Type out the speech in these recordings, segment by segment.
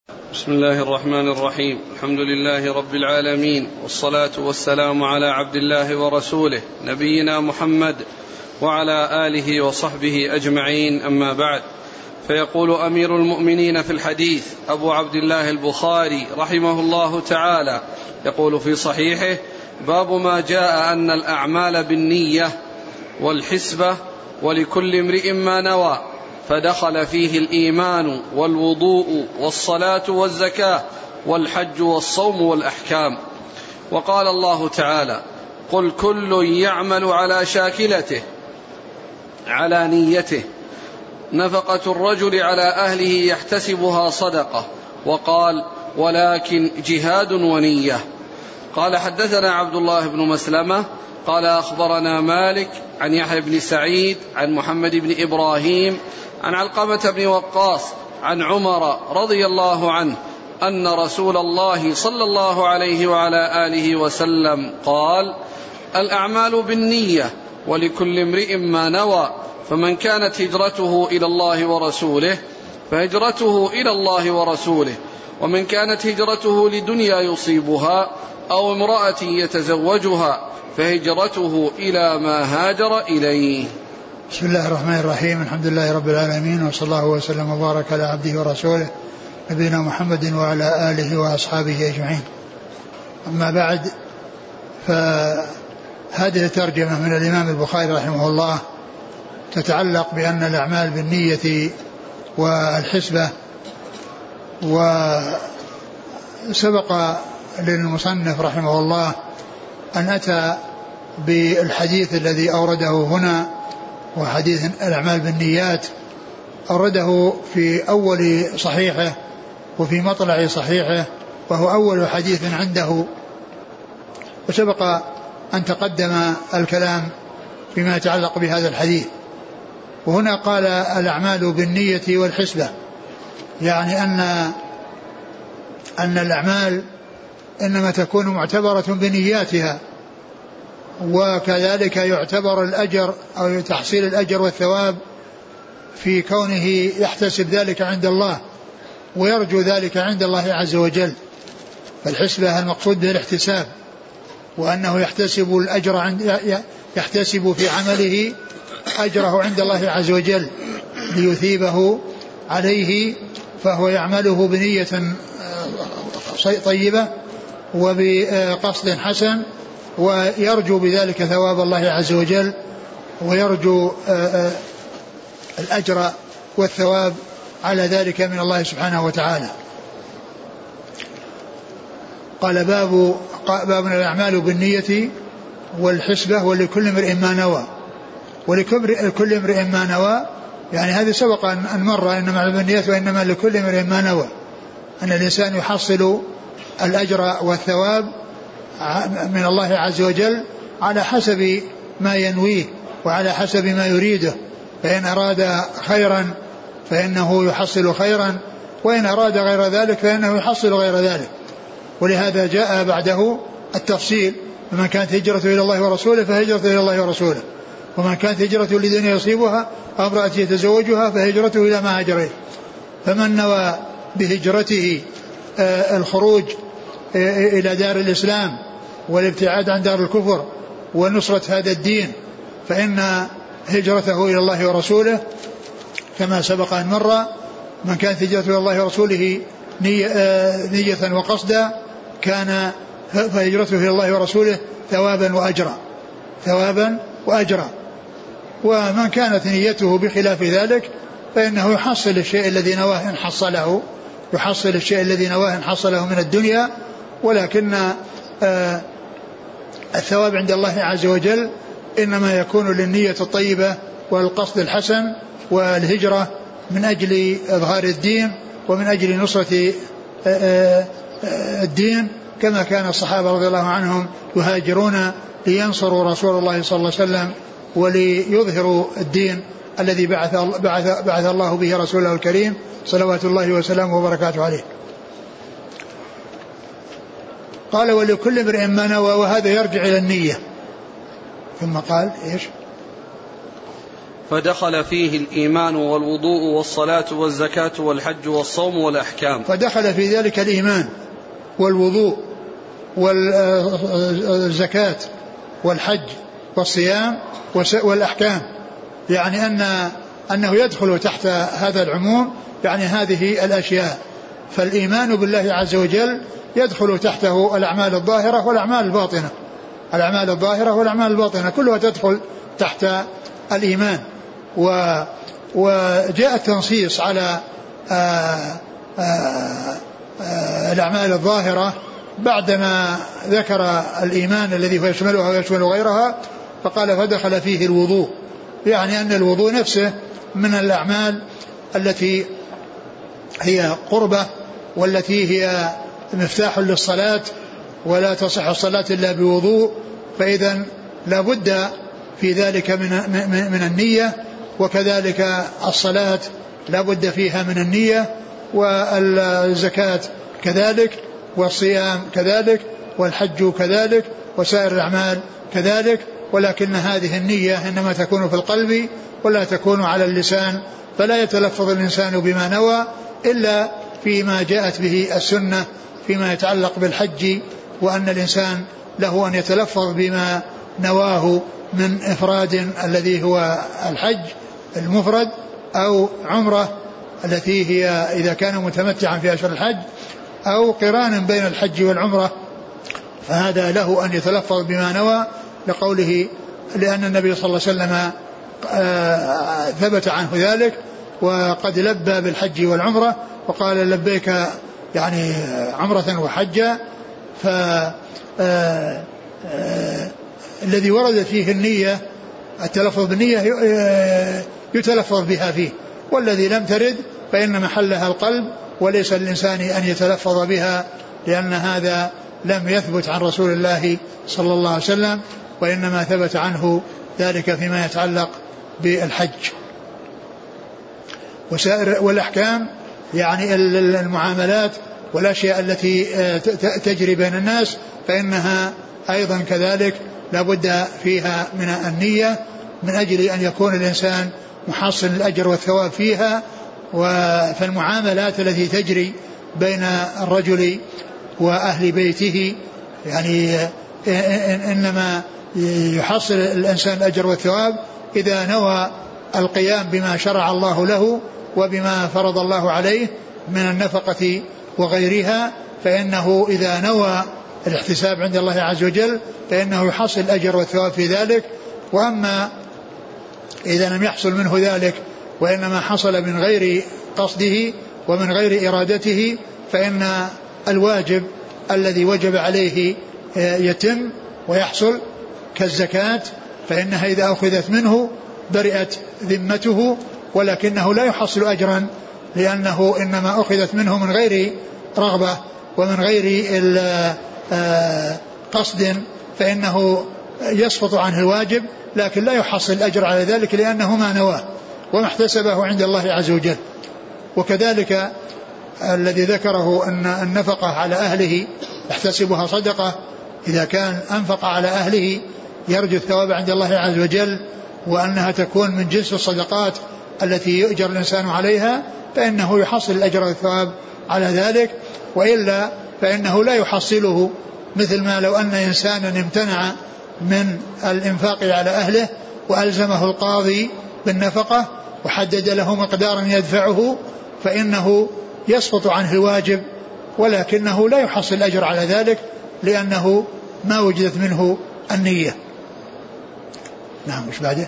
بسم الله الرحمن الرحيم. الحمد لله رب العالمين، والصلاة والسلام على عبد الله ورسوله نبينا محمد وعلى آله وصحبه أجمعين، أما بعد. فيقول أمير المؤمنين في الحديث أبو عبد الله البخاري رحمه الله تعالى، يقول في صحيحه: باب ما جاء أن الأعمال بالنية والحسبة ولكل امرئ ما نوى، فدخل فيه الإيمان والوضوء والصلاة والزكاة والحج والصوم والأحكام. وقال الله تعالى: قل كل يعمل على شاكلته على نيته، نفقة الرجل على أهله يحتسبها صدقة. وقال: ولكن جهاد ونية. قال: حدثنا عبد الله بن مسلمة قال: أخبرنا مالك عن يحيى بن سعيد عن محمد بن إبراهيم عن علقمة بن وقاص عن عمر رضي الله عنه أن رسول الله صلى الله عليه وعلى آله وسلم قال: الأعمال بالنية ولكل امرئ ما نوى، فمن كانت هجرته إلى الله ورسوله فهجرته إلى الله ورسوله، ومن كانت هجرته لدنيا يصيبها أو امرأة يتزوجها فهجرته إلى ما هاجر إليه. بسم الله الرحمن الرحيم. الحمد لله رب العالمين، وصلى الله وسلم وبارك على عبده ورسوله نبينا محمد وعلى آله وأصحابه أجمعين، أما بعد. فهذه الترجمة من الإمام البخاري رحمه الله تتعلق بأن الأعمال بالنية والحسبة. وسبق للمصنف رحمه الله أن أتى بالحديث الذي أورده هنا، وحديث الأعمال بالنيات أورده في أول صحيحه وفي مطلع صحيحه، وهو أول حديث عنده، وسبق أن تقدم الكلام فيما يتعلق بهذا الحديث. وهنا قال: الأعمال بالنية والحسبة، يعني أن الأعمال إنما تكون معتبرة بنياتها، وكذلك يعتبر الأجر أو تحصيل الأجر والثواب في كونه يحتسب ذلك عند الله ويرجو ذلك عند الله عز وجل. فالحسبة المقصود به الاحتساب، وأنه يحتسب الأجر يحتسب في عمله أجره عند الله عز وجل ليثيبه عليه، فهو يعمله بنية طيبة وبقصد حسن، ويرجو بذلك ثواب الله عز وجل، ويرجو الأجر والثواب على ذلك من الله سبحانه وتعالى. قال: باب الأعمال بالنية والحسبة ولكل امرئ ما نوى. ولكل امرئ ما نوى، يعني هذه سبق أن مر إنما بالنية وإنما لكل امرئ ما نوى، أن الإنسان يحصل الأجر والثواب من الله عز وجل على حسب ما ينويه وعلى حسب ما يريده، فإن أراد خيرا فإنه يحصل خيرا، وإن أراد غير ذلك فإنه يحصل غير ذلك. ولهذا جاء بعده التفصيل: فمن كانت هجرته إلى الله ورسوله فهجرته إلى الله ورسوله، ومن كانت هجرته لدنيا يصيبها أو امرأة يتزوجها فهجرته إلى ما هاجر إليه. فمن نوى بهجرته الخروج إلى دار الإسلام والابتعاد عن دار الكفر ونصرة هذا الدين، فإن هجرته إلى الله ورسوله كما سبق أن مر. من كانت هجرته إلى الله ورسوله نية وقصدا كان فهجرته إلى الله ورسوله ثوابا وأجرا. ومن كانت نيته بخلاف ذلك فإنه يحصل الشيء الذي نواه إن حصله من الدنيا، ولكن الثواب عند الله عز وجل إنما يكون للنية الطيبة والقصد الحسن والهجرة من أجل إظهار الدين ومن أجل نصرة الدين، كما كان الصحابة رضي الله عنهم يهاجرون لينصروا رسول الله صلى الله عليه وسلم وليظهروا الدين الذي بعث الله به رسوله الكريم صلوات الله وسلامه وبركاته عليه. قال: ولكل امرئ ما نوى، وهذا يرجع إلى النية. ثم قال: إيش؟ فدخل فيه الإيمان والوضوء والصلاة والزكاة والحج والصوم والأحكام. فدخل في ذلك الإيمان والوضوء والزكاة والحج والصيام والأحكام، يعني أنه يدخل تحت هذا العموم، يعني هذه الأشياء. فالإيمان بالله عز وجل يدخل تحته الأعمال الظاهرة والأعمال الباطنة، الأعمال الظاهرة والأعمال الباطنة كلها تدخل تحت الإيمان. وجاء التنصيص على الأعمال الظاهرة بعدما ذكر الإيمان الذي هو يشملها ويشمل غيرها، فقال فدخل فيه الوضوء، يعني أن الوضوء نفسه من الأعمال التي هي قربة، والتي هي مفتاح للصلاة، ولا تصح الصلاة إلا بوضوء. فإذا لا بد في ذلك من النية، وكذلك الصلاة لا بد فيها من النية، والزكاة كذلك، والصيام كذلك، والحج كذلك، وسائر الأعمال كذلك. ولكن هذه النية إنما تكون في القلب ولا تكون على اللسان، فلا يتلفظ الإنسان بما نوى إلا فيما جاءت به السنة فيما يتعلق بالحج، وأن الإنسان له أن يتلفظ بما نواه من إفراد الذي هو الحج المفرد، أو عمرة التي هي إذا كان متمتعا في أشهر الحج، أو قران بين الحج والعمرة، فهذا له أن يتلفظ بما نوى لقوله، لأن النبي صلى الله عليه وسلم ثبت عنه ذلك، وقد لبى بالحج والعمرة وقال لبيك يعني عمرة وحجا. الذي ورد فيه النية التلفظ بالنية يتلفظ بها فيه، والذي لم ترد فإن محلها القلب، وليس للإنسان أن يتلفظ بها، لأن هذا لم يثبت عن رسول الله صلى الله عليه وسلم، وإنما ثبت عنه ذلك فيما يتعلق بالحج. وسائر والأحكام يعني المعاملات والأشياء التي تجري بين الناس، فإنها أيضا كذلك لا بد فيها من النية، من أجل أن يكون الإنسان محصل الأجر والثواب فيها. فالمعاملات التي تجري بين الرجل وأهل بيته يعني إنما يحصل الإنسان الأجر والثواب إذا نوى القيام بما شرع الله له وبما فرض الله عليه من النفقة وغيرها، فإنه إذا نوى الاحتساب عند الله عز وجل فإنه يحصل الأجر والثواب في ذلك. وأما إذا لم يحصل منه ذلك وإنما حصل من غير قصده ومن غير إرادته، فإن الواجب الذي وجب عليه يتم ويحصل، كالزكاة، فإنها إذا أخذت منه برئت ذمته، ولكنه لا يحصل أجرا، لأنه إنما أخذت منه من غير رغبة ومن غير قصد، فإنه يسقط عنه الواجب، لكن لا يحصل الأجر على ذلك لأنه ما نواه وما احتسبه عند الله عز وجل. وكذلك الذي ذكره أن النفقة على أهله يحتسبها صدقة، إذا كان أنفق على أهله يرجو الثواب عند الله عز وجل، وأنها تكون من جنس الصدقات التي يؤجر الإنسان عليها، فإنه يحصل الأجر والثواب على ذلك. وإلا فإنه لا يحصله، مثل ما لو أن إنسانا امتنع من الإنفاق على أهله وألزمه القاضي بالنفقة وحدد له مقدارا يدفعه، فإنه يسقط عنه الواجب، ولكنه لا يحصل الأجر على ذلك لأنه ما وجدت منه النية. نعم. وش بعده؟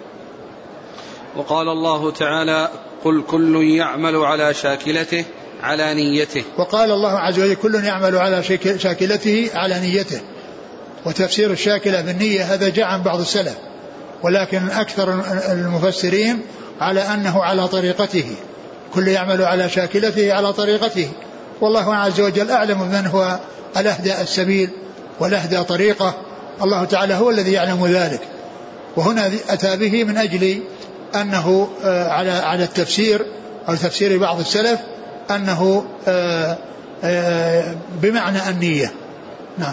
وقال الله تعالى قل كل يعمل على شاكلته على نيته. وقال الله عز وجل كل يعمل على شاكلته على نيته. وتفسير الشاكلة بالنية هذا جاء عن بعض السلف، ولكن أكثر المفسرين على أنه على طريقته، كل يعمل على شاكلته على طريقته، والله عز وجل أعلم من هو الأهدى السبيل والأهدى طريقة، الله تعالى هو الذي يعلم ذلك. وهنا أتى به من أجل أنه على التفسير أو تفسير بعض السلف أنه بمعنى النية. نعم.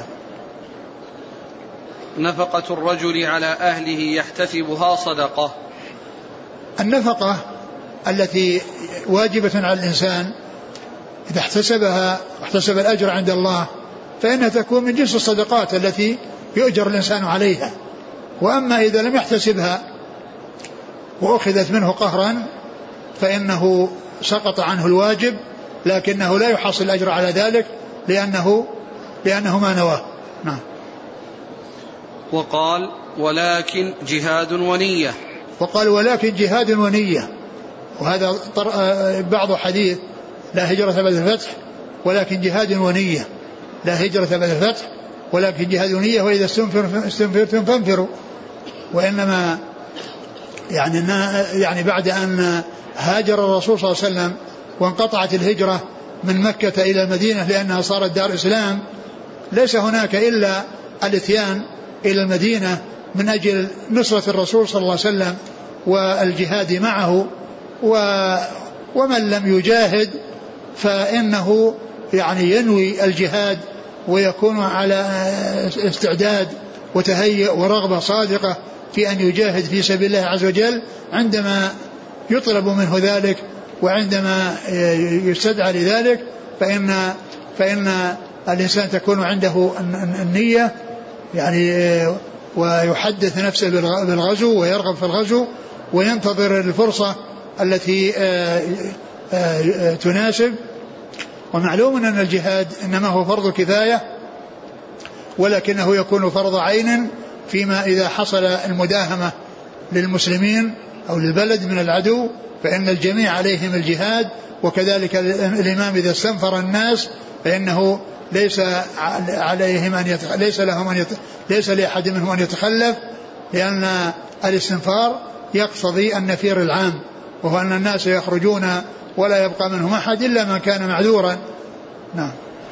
نفقة الرجل على أهله يحتسبها صدقة. النفقة التي واجبة على الإنسان إذا احتسبها واحتسب الأجر عند الله فإنها تكون من جنس الصدقات التي يؤجر الإنسان عليها. وأما إذا لم يحتسبها وأخذت منه قهرا فإنه سقط عنه الواجب، لكنه لا يحصل الأجر على ذلك لأنه ما نواه. نعم. وقال ولكن جهاد ونية. وقال ولكن جهاد ونية، وهذا بعض حديث لا هجرة بعد الفتح ولكن جهاد ونية، لا هجرة بعد الفتح ولكن جهاد ونية، وإذا استنفرتم فانفروا. وإنما يعني بعد أن هاجر الرسول صلى الله عليه وسلم وانقطعت الهجرة من مكة إلى المدينة لأنها صارت دار إسلام، ليس هناك إلا الاتيان إلى المدينة من أجل نصرة الرسول صلى الله عليه وسلم والجهاد معه. ومن لم يجاهد فإنه يعني ينوي الجهاد ويكون على استعداد وتهيئ ورغبة صادقة في أن يجاهد في سبيل الله عز وجل عندما يطلب منه ذلك وعندما يستدعى لذلك، فإن الإنسان تكون عنده النية يعني، ويحدث نفسه بالغزو ويرغب في الغزو وينتظر الفرصة التي تناسب. ومعلوم أن الجهاد إنما هو فرض كفاية، ولكنه يكون فرض عين فيما إذا حصل المداهمة للمسلمين أو للبلد من العدو فإن الجميع عليهم الجهاد. وكذلك الإمام إذا استنفر الناس فإنه ليس عليهم ليس لأحد منهم أن يتخلف، لأن الاستنفار يقتضي النفير العام، وهو أن الناس يخرجون ولا يبقى منهم أحد إلا من كان معذورا. نعم.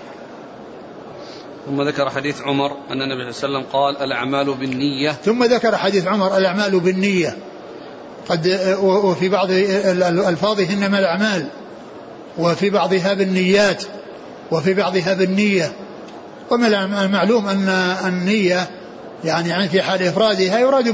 ثم ذكر حديث عمر أن النبي صلى الله عليه وسلم قال الأعمال بالنية. ثم ذكر حديث عمر الأعمال بالنية، وفي بعض الألفاظ إنما الأعمال، وفي بعضها بالنيات وفي بعضها بالنية. ومن المعلوم أن النية يعني في حال إفرادها يراد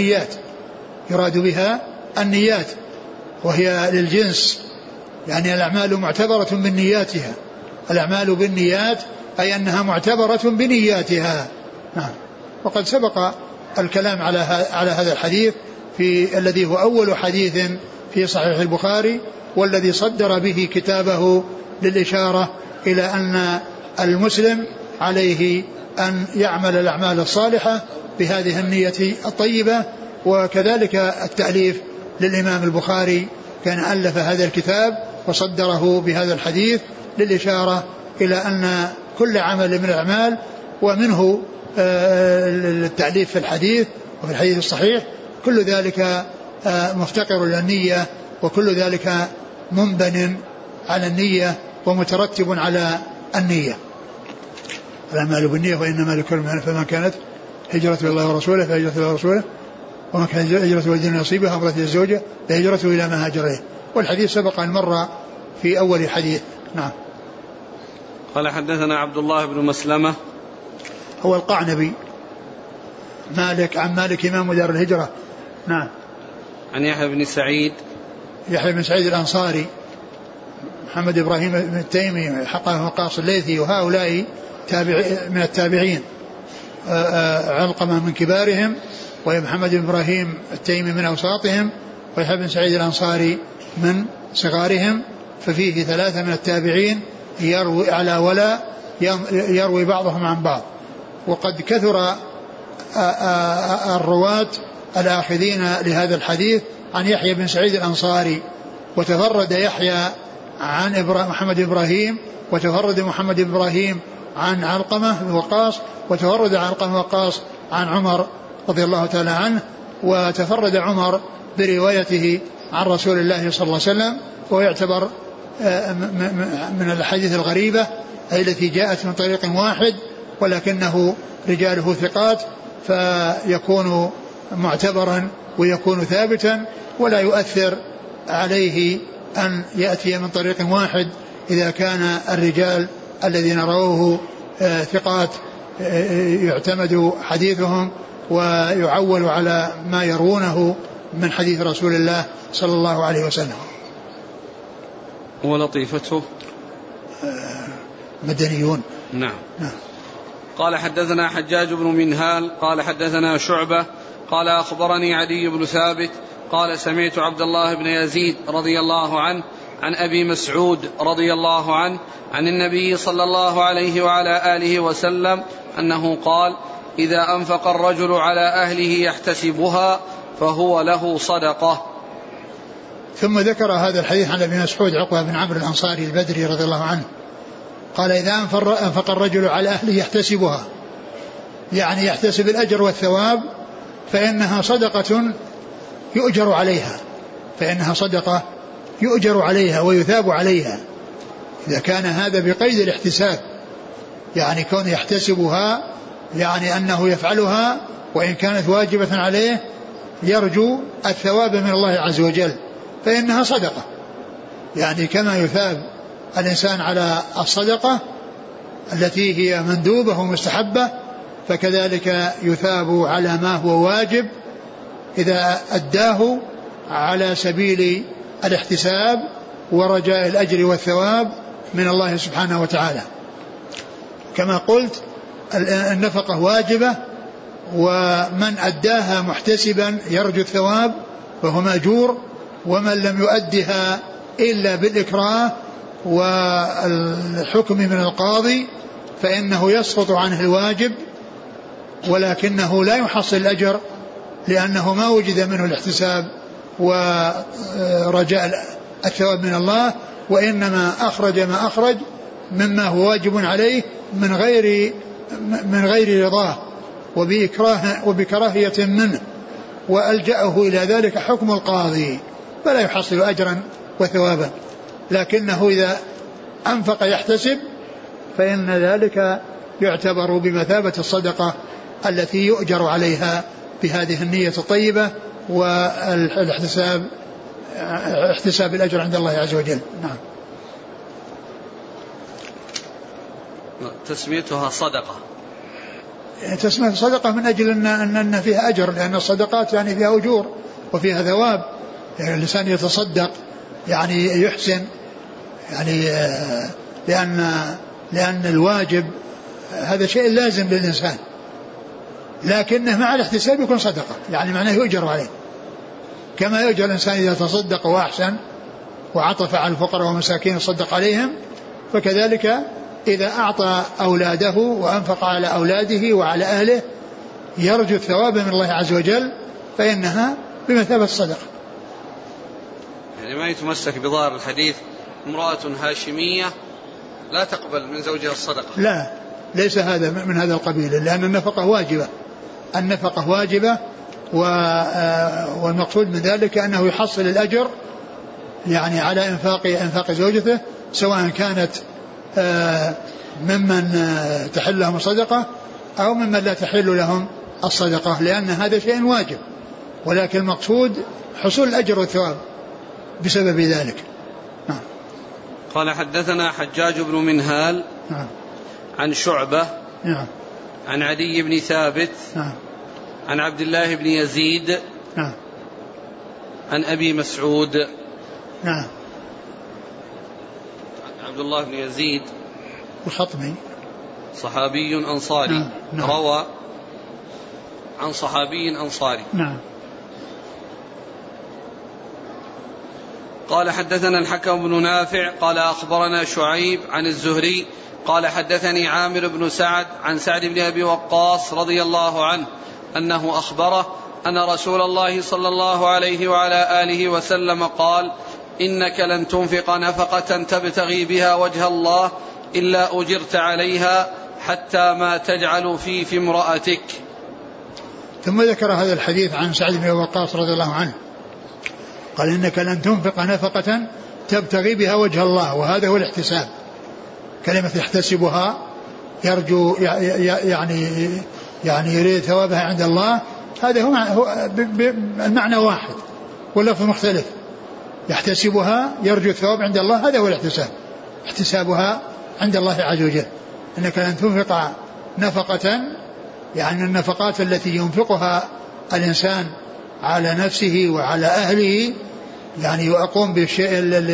بها النيات وهي للجنس، يعني الأعمال معتبرة بالنياتها، الأعمال بالنيات أي أنها معتبرة بنياتها. نعم. وقد سبق الكلام على هذا الحديث في الذي هو أول حديث في صحيح البخاري والذي صدر به كتابه للإشارة إلى أن المسلم عليه أن يعمل الأعمال الصالحة بهذه النية الطيبة. وكذلك التأليف للإمام البخاري كان ألف هذا الكتاب وصدره بهذا الحديث للإشارة إلى أن كل عمل من الأعمال، ومنه التأليف في الحديث وفي الحديث الصحيح، كل ذلك مفتقر للنية، وكل ذلك منبن على النية ومترتب على النية. الأعمال بالنية وإنما لكل من، فمن كانت هجرة إلى الله ورسوله فهجرة إلى الله ورسوله، ومن كانت هجرة إلى دين نصيبها أمرت الزوجة فهجرته إلى ما هاجر إليه. والحديث سبق أن مر في أول حديث. نعم. قال حدثنا عبد الله بن مسلمة هو القعنبي مالك عن مالك إمام دار الهجرة. نعم. عن يحيى بن سعيد الأنصاري، محمد إبراهيم التيمي، حقه وقاص الليثي، وهؤلاء من التابعين، علقمة من كبارهم، ومحمد بن إبراهيم التيمي من أوساطهم، ويحيى بن سعيد الأنصاري من صغارهم. ففيه ثلاثة من التابعين يروي على ولا يروي بعضهم عن بعض. وقد كثر الرواة الآخذين لهذا الحديث عن يحيى بن سعيد الأنصاري، وتفرد يحيى عن محمد إبراهيم، وتفرد محمد إبراهيم عن علقمة بن وقاص، وتفرد علقمة وقاص عن عمر رضي الله تعالى عنه، وتفرد عمر بروايته عن رسول الله صلى الله عليه وسلم، وهو يعتبر من الحديث الغريبة أي التي جاءت من طريق واحد ولكنه رجاله ثقات، فيكون معتبرا ويكون ثابتا، ولا يؤثر عليه أن يأتي من طريق واحد إذا كان الرجال الذين رووه ثقات يعتمد حديثهم ويعول على ما يروونه من حديث رسول الله صلى الله عليه وسلم. ولطيفته مدنيون. نعم. قال حدثنا حجاج بن منهال قال حدثنا شعبة قال أخبرني عدي بن ثابت قال سمعت عبد الله بن يزيد رضي الله عنه عن أبي مسعود رضي الله عنه عن النبي صلى الله عليه وعلى آله وسلم أنه قال إذا أنفق الرجل على أهله يحتسبها فهو له صدقة. ثم ذكر هذا الحديث عن أبي مسعود عقبة بن عمرو الأنصاري البدري رضي الله عنه قال إذا أنفق الرجل على أهله يحتسبها يعني يحتسب الأجر والثواب فإنها صدقة يؤجر عليها، فإنها صدقة يؤجر عليها ويثاب عليها إذا كان هذا بقيد الاحتساب، يعني كون يحتسبها يعني أنه يفعلها وإن كانت واجبة عليه يرجو الثواب من الله عز وجل فإنها صدقة، يعني كما يثاب الإنسان على الصدقة التي هي مندوبة ومستحبة فكذلك يثاب على ما هو واجب إذا أداه على سبيل الاحتساب ورجاء الأجر والثواب من الله سبحانه وتعالى. كما قلت النفقة واجبة ومن أداها محتسبا يرجو الثواب فهو مأجور، ومن لم يؤدها إلا بالإكراه والحكم من القاضي فإنه يسقط عنه الواجب ولكنه لا يحصل الأجر لأنه ما وجد منه الاحتساب ورجاء الثواب من الله، وإنما أخرج ما أخرج مما هو واجب عليه من غير رضاه وبكراهية منه وألجأه إلى ذلك حكم القاضي فلا يحصل أجرا وثوابا، لكنه إذا أنفق يحتسب فإن ذلك يعتبر بمثابة الصدقة التي يؤجر عليها بهذه النية الطيبة والاحتساب احتساب الأجر عند الله عز وجل. نعم. تسميتها صدقة، تسميتها صدقة من أجل أن فيها أجر، لأن الصدقات يعني فيها أجور وفيها ثواب، يعني الإنسان يتصدق يعني يحسن يعني لأن الواجب هذا شيء لازم للإنسان، لكنه مع الاحتساب يكون صدقة يعني معناه يؤجر عليه، كما يؤجر الإنسان إذا تصدق وأحسن وعطف على الفقراء والمساكين وصدق عليهم، فكذلك إذا أعطى أولاده وأنفق على أولاده وعلى أهله يرجو الثواب من الله عز وجل فإنها بمثابة الصدقة. يعني ما يتمسك بظاهر الحديث امرأة هاشمية لا تقبل من زوجها الصدقة، لا، ليس هذا من هذا القبيل، لأن النفقة واجبة، النفقة واجبة والمقصود من ذلك أنه يحصل الأجر يعني على إنفاق زوجته، سواء كانت ممن تحل لهم الصدقة أو ممن لا تحل لهم الصدقة، لأن هذا شيء واجب، ولكن المقصود حصول الأجر والثواب بسبب ذلك. نعم. قال حدثنا حجاج بن منهال نعم. عن شعبة نعم. عن عدي بن ثابت نعم. عن عبد الله بن يزيد نعم. عن أبي مسعود. نعم. عبد الله بن يزيد الخطمي صحابي أنصاري. نعم. نعم. روى عن صحابي أنصاري. نعم. قال حدثنا الحكم بن نافع قال أخبرنا شعيب عن الزهري قال حدثني عامر بن سعد عن سعد بن أبي وقاص رضي الله عنه أنه أخبره أن رسول الله صلى الله عليه وعلى آله وسلم قال إنك لن تنفق نفقة تبتغي بها وجه الله إلا أجرت عليها حتى ما تجعل في امرأتك. ثم ذكر هذا الحديث عن سعد بن أبي وقاص رضي الله عنه قال إنك لن تنفق نفقة تبتغي بها وجه الله، وهذا هو الاحتساب، كلمة يحتسبها يرجو يعني يريد ثوابها عند الله، هذا هو المعنى واحد واللفظ مختلف، يحتسبها يرجو الثواب عند الله، هذا هو الاحتساب، احتسابها عند الله عز وجل. إنك لن تنفق نفقة يعني النفقات التي ينفقها الإنسان على نفسه وعلى أهله، يعني وأقوم بالشيء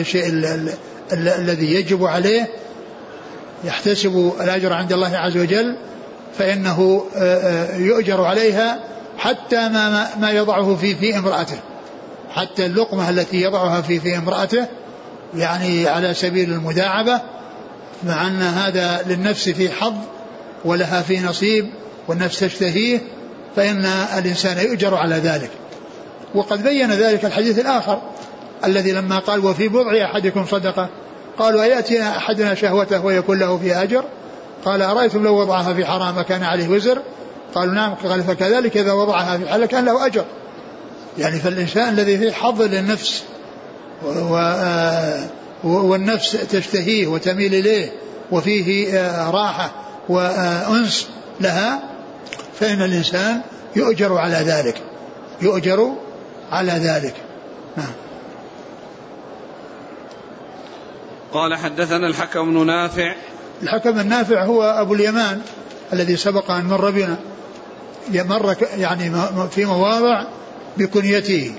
الذي يجب عليه يحتسب الأجر عند الله عز وجل، فإنه يؤجر عليها حتى ما يضعه في امرأته، حتى اللقمة التي يضعها في امرأته، يعني على سبيل المداعبة، مع أن هذا للنفس في حظ ولها في نصيب والنفس تشتهيه، فإن الإنسان يؤجر على ذلك. وقد بين ذلك الحديث الآخر الذي لما قال وفي بضع أحدكم صدقة، قالوا أيأتي أحدنا شهوته ويكون له فيها أجر؟ قال أرأيتم لو وضعها في حرام كان عليه وزر؟ قالوا نعم. قال فكذلك إذا وضعها في حلال كان له أجر. يعني فالإنسان الذي فيه حظ للنفس والنفس تشتهيه وتميل إليه وفيه راحة وأنس لها، فإن الإنسان يؤجر على ذلك، يؤجر على ذلك. نعم. قال حدثنا الحكم بن نافع. الحكم النافع هو أبو اليمان الذي سبق أن مر بنا، مر يعني في مواضع بكنيته،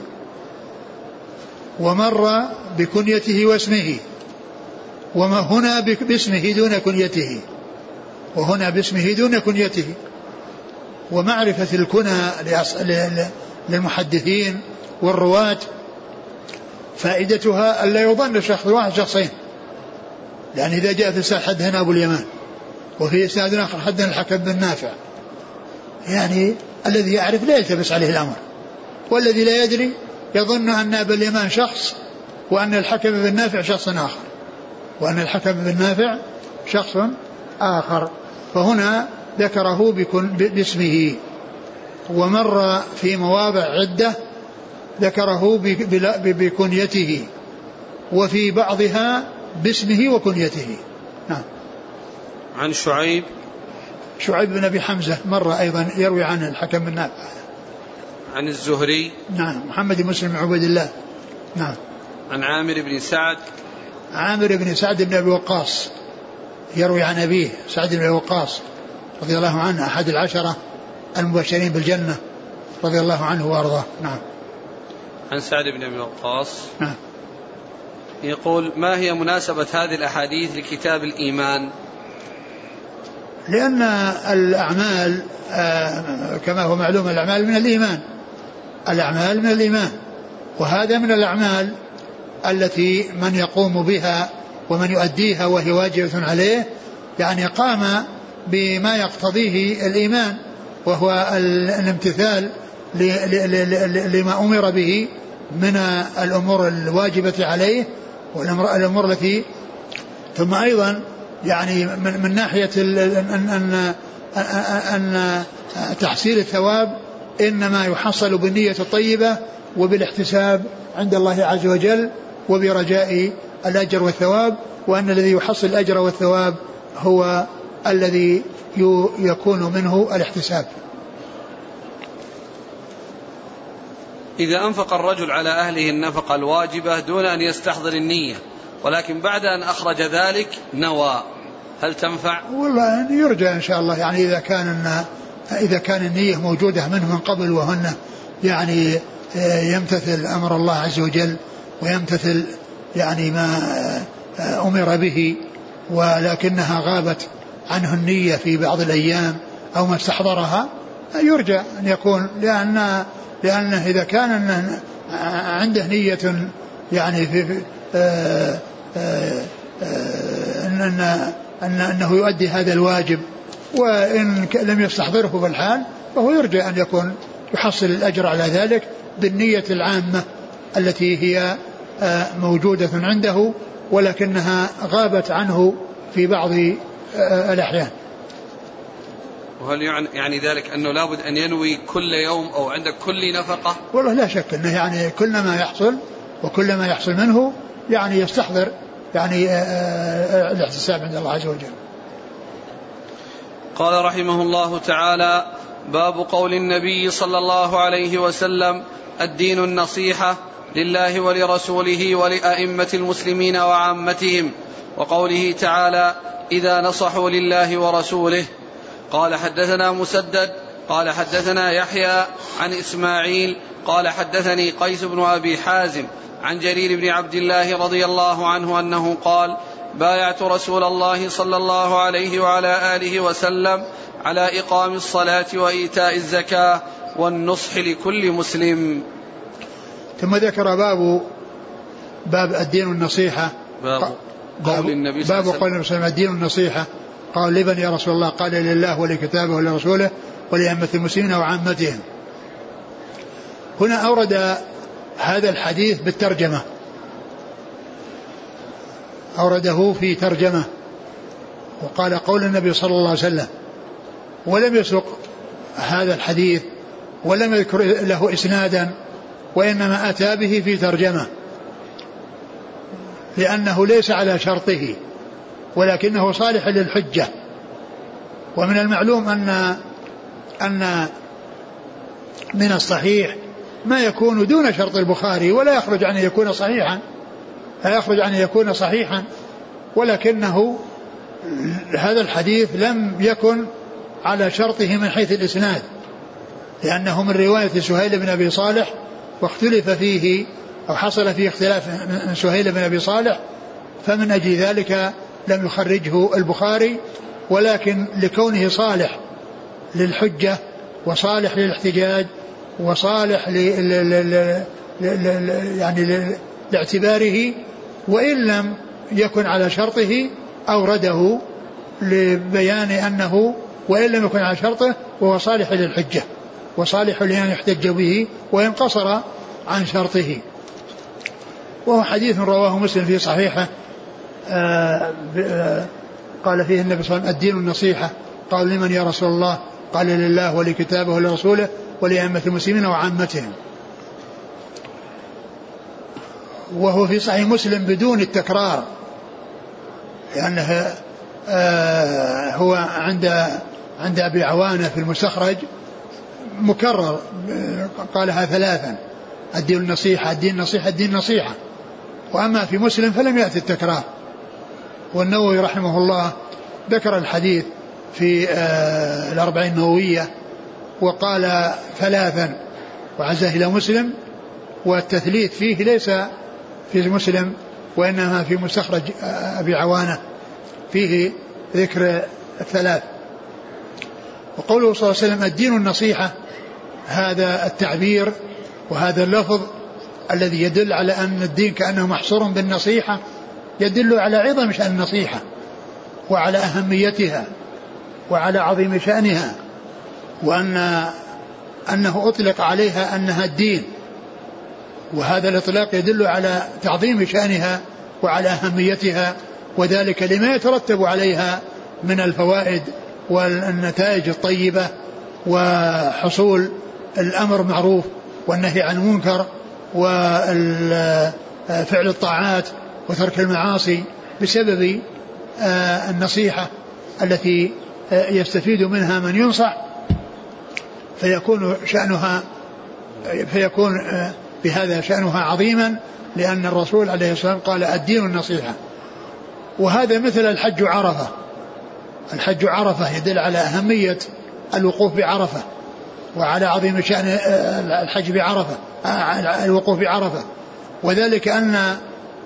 ومر بكنيته واسمه، وما هنا باسمه دون كنيته، وهنا باسمه دون كنيته. ومعرفة الكنى للمحدثين والرواة فائدتها ألا يظن شخص واحد شخصين، لأن إذا جاء في إسناد حدثنا أبو اليمان وفي إسناد آخر حدثنا الحكم بن نافع، يعني الذي يعرف لا يلتبس عليه الأمر، والذي لا يدري يظن أن أبا اليمان شخص وأن الحكم بن نافع شخص آخر، وأن الحكم بن نافع شخص آخر. فهنا ذكره باسمه، ومر في مواضع عدة ذكره بكنيته، وفي بعضها باسمه وكنيته. نعم. عن شعيب بن أبي حمزة مر أيضا يروي عنه الحكم بن نافع. عن الزهري. نعم. محمد بن مسلم عبيد الله. نعم. عن عامر بن سعد بن أبي وقاص يروي عن أبيه سعد بن أبي وقاص رضي الله عنه، أحد العشرة المبشرين بالجنة رضي الله عنه وأرضاه. نعم. عن سعد بن أبي وقاص. نعم. يقول ما هي مناسبة هذه الأحاديث لكتاب الإيمان؟ لأن الأعمال كما هو معلوم الأعمال من الإيمان، الأعمال من الإيمان، وهذا من الأعمال التي من يقوم بها ومن يؤديها وهي واجبة عليه، يعني قام بما يقتضيه الإيمان، وهو الامتثال لما أمر به من الأمور الواجبة عليه والأمور التي. ثم أيضا يعني من ناحية أن تحصيل الثواب إنما يحصل بالنية الطيبة وبالاحتساب عند الله عز وجل وبرجاء الأجر والثواب، وأن الذي يحصل الأجر والثواب هو الذي يكون منه الاحتساب. إذا أنفق الرجل على أهله النفقة الواجبة دون أن يستحضر النية، ولكن بعد أن أخرج ذلك نوى، هل تنفع؟ والله يرجى إن شاء الله، يعني إذا كان النية موجودة منه من قبل، وهن يعني يمتثل أمر الله عز وجل ويمتثل يعني ما أمر به، ولكنها غابت عنه النية في بعض الأيام أو ما استحضرها، يرجى أن يكون، لأنه إذا كان عنده نية يعني في أنه يؤدي هذا الواجب، وإن لم يستحضره في الحال فهو يرجى أن يكون يحصل الأجر على ذلك بالنية العامة التي هي موجودة عنده ولكنها غابت عنه في بعض الأحيان. وهل يعني ذلك أنه لابد أن ينوي كل يوم أو عند كل نفقة؟ والله لا شك أنه يعني كل ما يحصل وكل ما يحصل منه يعني يستحضر يعني الاحتساب عند الله عز وجل. قال رحمه الله تعالى: باب قول النبي صلى الله عليه وسلم: الدين النصيحة لله ولرسوله ولأئمة المسلمين وعامتهم، وقوله تعالى: إذا نصحوا لله ورسوله. قال حدثنا مسدد قال حدثنا يحيى عن إسماعيل قال حدثني قيس بن أبي حازم عن جرير بن عبد الله رضي الله عنه أنه قال بايعت رسول الله صلى الله عليه وعلى آله وسلم على إقام الصلاة وإيتاء الزكاة والنصح لكل مسلم. ثم ذكر باب الدين النصيحة. باب قول النبي صلى الله عليه وسلم الدين النصيحة. قال لمن يا رسول الله؟ قال لله ولكتابه ولرسوله ولأئمة المسلمين وعامتهم. هنا أورد هذا الحديث بالترجمة، أورده في ترجمة، وقال قول النبي صلى الله عليه وسلم، ولم يسق هذا الحديث ولم يذكر له إسنادا، وإنما أتى به في ترجمة لأنه ليس على شرطه ولكنه صالح للحجة. ومن المعلوم أن من الصحيح ما يكون دون شرط البخاري ولا يخرج عن يكون صحيحا، لا يخرج عن يكون صحيحا، ولكنه هذا الحديث لم يكن على شرطه من حيث الإسناد، لأنه من رواية سهيل بن أبي صالح، واختلف فيه أو حصل فيه اختلاف من سهيل بن أبي صالح، فمن أجل ذلك لم يخرجه البخاري، ولكن لكونه صالح للحجة وصالح للاحتجاج وصالح يعني لاعتباره، وإن لم يكن على شرطه أورده لبيان أنه وإن لم يكن على شرطه وهو صالح للحجة وصالح لأن يحتج به وإن قصر عن شرطه. وهو حديث رواه مسلم في صحيحه، قال فيه النبي صلى الله عليه وسلم الدين النصيحة. قال لمن يا رسول الله؟ قال لله ولكتابه ولرسوله ولأئمة المسلمين وعامتهم. وهو في صحيح مسلم بدون التكرار، لأنه هو عند أبي عوانة في المستخرج مكرر، قالها ثلاثا: الدين النصيحة الدين النصيحة الدين النصيحة. وأما في مسلم فلم يأتي التكرار. والنووي رحمه الله ذكر الحديث في الأربعين النووية وقال ثلاثا وعزاه إلى مسلم، والتثليث فيه ليس في مسلم وإنما في مستخرج أبي عوانة فيه ذكر الثلاث. وقوله صلى الله عليه وسلم الدين النصيحة، هذا التعبير وهذا اللفظ الذي يدل على أن الدين كأنه محصور بالنصيحة يدل على عظم شأن النصيحة وعلى أهميتها وعلى عظيم شأنها، وأنه أطلق عليها أنها الدين، وهذا الإطلاق يدل على تعظيم شأنها وعلى أهميتها، وذلك لما يترتب عليها من الفوائد والنتائج الطيبة وحصول الأمر معروف والنهي عن المنكر وفعل الطاعات وترك المعاصي بسبب النصيحة التي يستفيد منها من ينصح، فيكون بهذا شأنها عظيما، لأن الرسول عليه الصلاة والسلام قال الدين النصيحة. وهذا مثل الحج عرفة. الحج عرفة يدل على أهمية الوقوف بعرفة وعلى عظيم شأن الحج بعرفة، الوقوف بعرفة، وذلك أن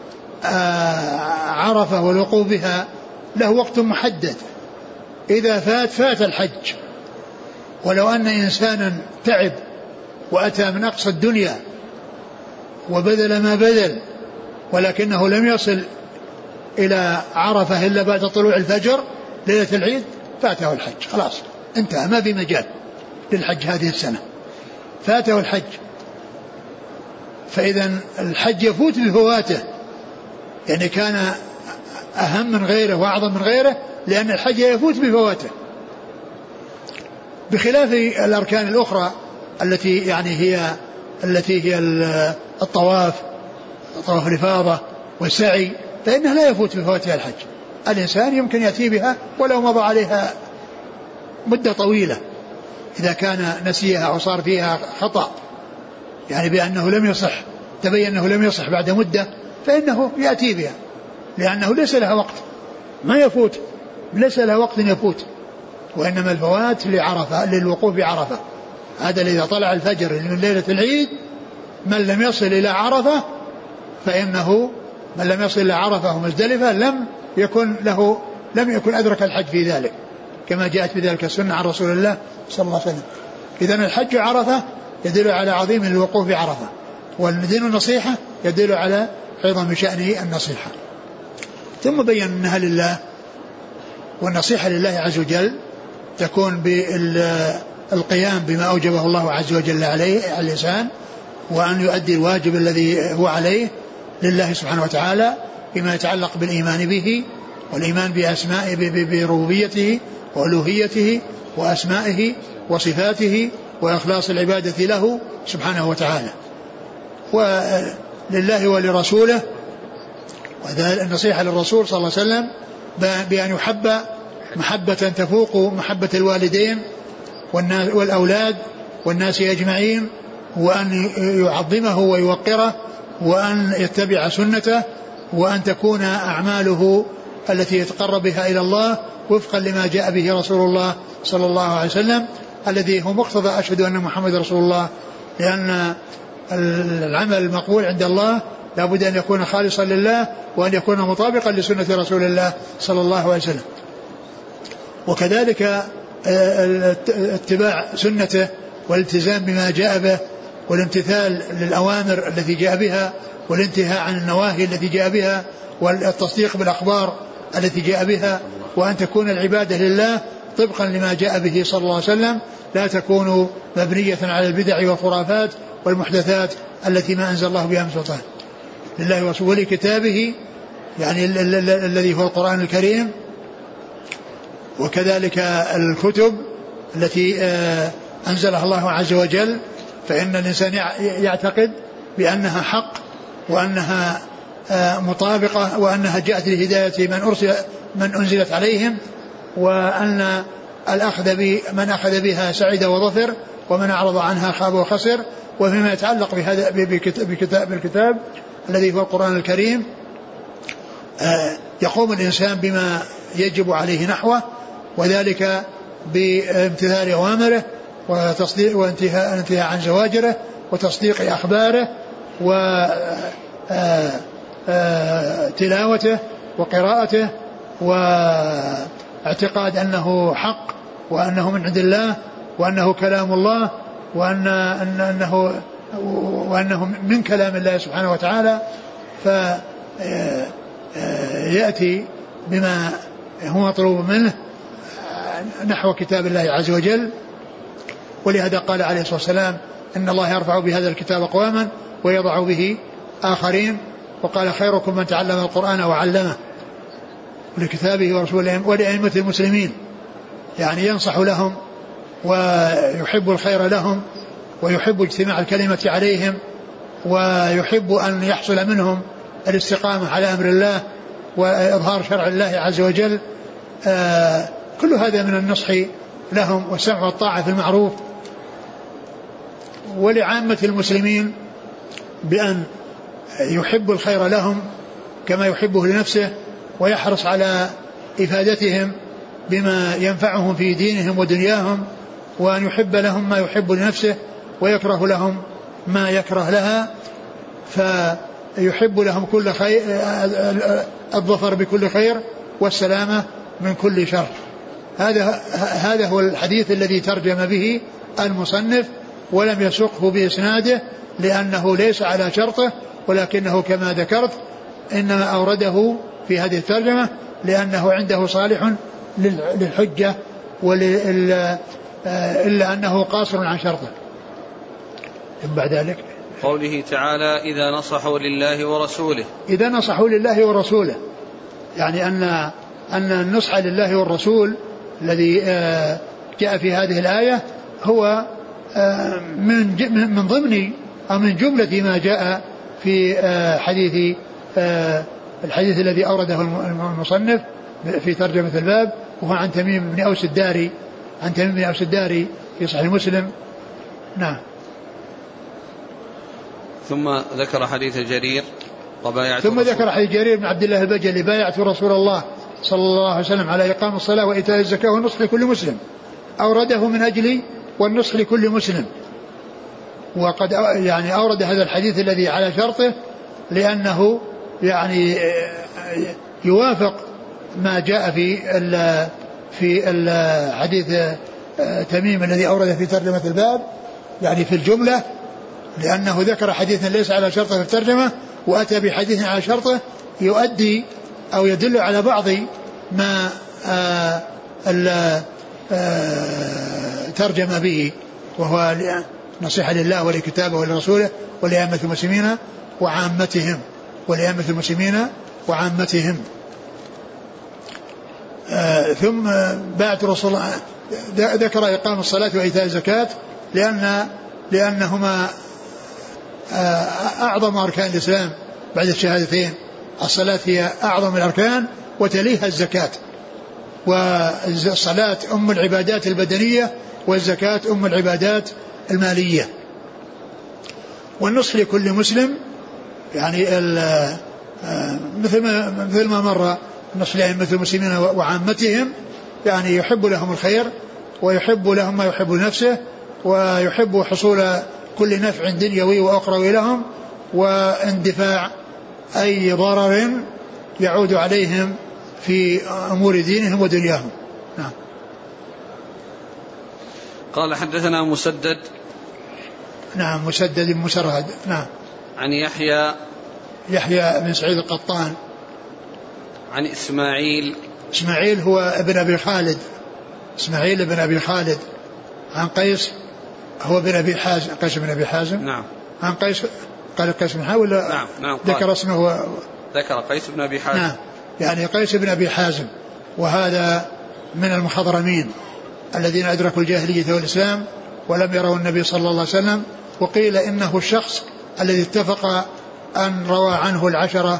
عرفة والوقوف بها له وقت محدد، إذا فات الحج. ولو أن إنسانا تعب وأتى من أقصى الدنيا وبذل ما بذل ولكنه لم يصل إلى عرفة إلا بعد طلوع الفجر ليلة العيد، فاته الحج، خلاص انتهى، ما في مجال للحج هذه السنة، فاته الحج. فإذا الحج يفوت بفواته، يعني كان أهم من غيره وأعظم من غيره، لأن الحج يفوت بفواته، بخلاف الأركان الأخرى التي هي الطواف، طواف الإفاضة والسعي، فإنها لا يفوت بفواتها الحج. الإنسان يمكن يأتي بها ولو مضى عليها مدة طويلة، إذا كان نسيها أو صار فيها خطأ، يعني بأنه لم يصح، تبين أنه لم يصح بعد مدة، فإنه يأتي بها، لأنه ليس لها وقت ما يفوت، ليس لها وقت يفوت، وإنما الفوات لعرفة، للوقوف بعرفة. هذا إذا طلع الفجر من ليلة العيد من لم يصل إلى عرفة فإنه من لم يصل إلى عرفة ومزدلفة لم يكن أدرك الحج في ذلك، كما جاءت بذلك السنة عن رسول الله صلى الله عليه وسلم. إذن الحج عرفة يدل على عظيم الوقوف بعرفة، والدين النصيحة يدل على عظم شأن النصيحة. ثم بين أنها لله، والنصيحة لله عز وجل تكون بالقيام بما أوجبه الله عز وجل عليه على الإنسان، وأن يؤدي الواجب الذي هو عليه لله سبحانه وتعالى فيما يتعلق بالإيمان به والإيمان بأسمائه بربوبيته وألوهيته وأسمائه وصفاته وإخلاص العبادة له سبحانه وتعالى ولله ولرسوله. وذلك النصيحة للرسول صلى الله عليه وسلم بأن يحب محبة تفوق محبة الوالدين والأولاد والناس أجمعين، وأن يعظمه ويوقره، وأن يتبع سنته، وأن تكون أعماله التي يتقرب بها إلى الله وفقا لما جاء به رسول الله صلى الله عليه وسلم، الذي هو مقتضى أشهد أن محمد رسول الله، لأن العمل المقبول عند الله لا بد أن يكون خالصا لله، وأن يكون مطابقا لسنة رسول الله صلى الله عليه وسلم. وكذلك اتباع سنته والالتزام بما جاء به، والامتثال للأوامر التي جاء بها، والانتهاء عن النواهي التي جاء بها، والتصديق بالأخبار التي جاء بها، وأن تكون العبادة لله طبقا لما جاء به صلى الله عليه وسلم، لا تكون مبنية على البدع والخرافات والمحدثات التي ما أنزل الله بها من سلطان. لله ورسوله ولكتابه يعني الذي هو القرآن الكريم، وكذلك الكتب التي أنزلها الله عز وجل، فإن الإنسان يعتقد بأنها حق، وأنها مطابقة، وأنها جاءت لهداية من أنزلت عليهم، وأن من أخذ بها سعيد وظفر، ومن أعرض عنها خاب وخسر. وفيما يتعلق بهذا بالكتاب الذي هو القرآن الكريم يقوم الإنسان بما يجب عليه نحوه، وذلك بامتثال أوامره وتصديق وانتهاء عن زواجره وتصديق أخباره وتلاوته وقراءته، واعتقاد أنه حق، وأنه من عند الله، وأنه كلام الله، وأنه من كلام الله سبحانه وتعالى، فيأتي بما هو مطلوب منه نحو كتاب الله عز وجل. ولهذا قال عليه الصلاة والسلام إن الله يرفع بهذا الكتاب أقواما ويضع به آخرين، وقال خيركم من تعلم القرآن وعلمه، لكتابه ورسوله ولأئمة المسلمين، يعني ينصح لهم ويحب الخير لهم، ويحب اجتماع الكلمة عليهم، ويحب أن يحصل منهم الاستقامة على أمر الله وإظهار شرع الله عز وجل. كل هذا من النصح لهم والسمع والطاعة في المعروف. ولعامة المسلمين بأن يحب الخير لهم كما يحبه لنفسه، ويحرص على إفادتهم بما ينفعهم في دينهم ودنياهم، وأن يحب لهم ما يحب لنفسه ويكره لهم ما يكره لها، فيحب لهم كل خير، الظفر بكل خير والسلامة من كل شر. هذا هو الحديث الذي ترجم به المصنف، ولم يسقه بإسناده لأنه ليس على شرطه، ولكنه كما ذكرت إنما أورده في هذه الترجمة لأنه عنده صالح للحجة، إلا أنه قاصر عن شرطه. بعد ذلك قوله تعالى إذا نصحوا لله ورسوله، إذا نصحوا لله ورسوله، يعني أن النصح لله والرسول الذي جاء في هذه الآية هو من ضمن أو من جملة ما جاء في الحديث الذي أورده المصنف في ترجمة الباب، وهو عن تميم بن أوس الداري في صحيح مسلم. نعم. ثم ذكر حديث جرير ثم ذكر حديث جرير بن عبد الله البجلي بايعت رسول الله صلى الله عليه وسلم على إقام الصلاة وإيتاء الزكاة والنصح لكل مسلم، أورده من أجل والنصح لكل مسلم. وقد يعني أورد هذا الحديث الذي على شرطه لأنه يعني يوافق ما جاء في الحديث تميم الذي أورد في ترجمة الباب، يعني في الجملة، لأنه ذكر حديثا ليس على شرطه في الترجمة وأتى بحديث على شرطه يؤدي أو يدل على بعض ما ترجم به، وهو نصيحة لله ولكتابه ولرسوله ولأئمة المسلمين وعامتهم ثم بعد رسول الله ذكر إقام الصلاة وإيتاء الزكاة لأنهما أعظم أركان الإسلام بعد الشهادتين. الصلاة هي أعظم الأركان وتليها الزكاة، والصلاة أم العبادات البدنية والزكاة أم العبادات المالية. والنصح لكل مسلم يعني مثل ما مر النصح لأئمة المسلمين وعامتهم، يعني يحب لهم الخير ويحب لهم ما يحب لنفسه، ويحب حصول كل نفع دنيوي وأخروي لهم، واندفاع أي ضرر يعود عليهم في أمور دينهم ودنياهم. نعم. قال حدثنا مسدد. نعم مسدد بن مسرهد. نعم. عن يحيى بن سعيد القطان. عن إسماعيل هو ابن أبي خالد، إسماعيل بن أبي خالد. عن قيس هو بن أبي حازم، قيس بن أبي حازم. نعم. عن قيس قال قيس بن حازم ولا نعم ذكر اسمه؟ ذكر قيس بن أبي حازم. نعم يعني قيس بن أبي حازم، وهذا من المخضرمين الذين أدركوا الجاهلية والإسلام ولم يروا النبي صلى الله عليه وسلم. وقيل إنه الشخص الذي اتفق أن روى عنه العشرة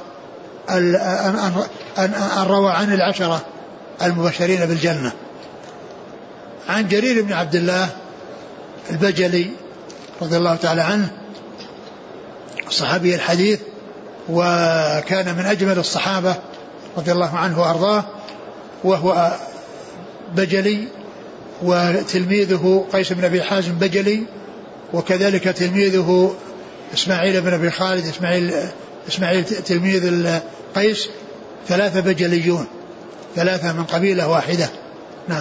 أن روى عن العشرة المبشرين بالجنة. عن جرير بن عبد الله البجلي رضي الله تعالى عنه، الصحابي الحديث، وكان من أجمل الصحابة رضي الله عنه وأرضاه، وهو بجلي، وتلميذه قيس بن أبي حازم بجلي، وكذلك تلميذه إسماعيل بن أبي خالد إسماعيل تلميذ قيس، ثلاثة بجليون، ثلاثة من قبيلة واحدة. نعم.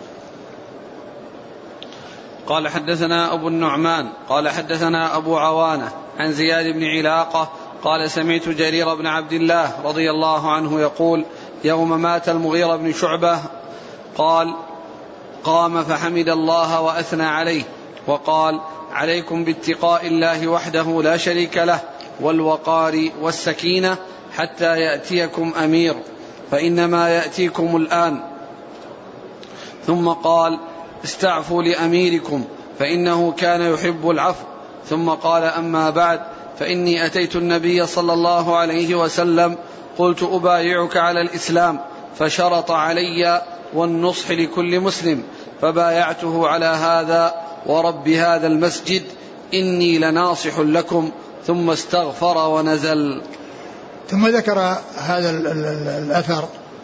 قال حدثنا أبو النعمان قال حدثنا أبو عوانة عن زياد بن علاقة قال سمعت جرير بن عبد الله رضي الله عنه يقول يوم مات المغيرة بن شعبة قال قام فحمد الله وأثنى عليه وقال عليكم باتقاء الله وحده لا شريك له والوقار والسكينة حتى يأتيكم أمير فإنما يأتيكم الآن. ثم قال استعفوا لأميركم فإنه كان يحب العفو. ثم قال أما بعد فإني أتيت النبي صلى الله عليه وسلم قلت أبايعك على الإسلام فشرط علي والنصح لكل مسلم فبايعته على هذا ورب هذا المسجد إني لناصح لكم ثم استغفر ونزل. ثم ذكر هذا الأثر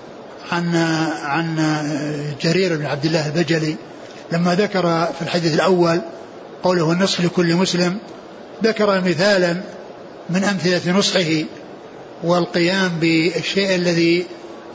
عن جرير بن عبد الله البجلي لما ذكر في الحديث الأول قوله النصح لكل مسلم، ذكر مثالا من أمثلة نصحه والقيام بالشيء الذي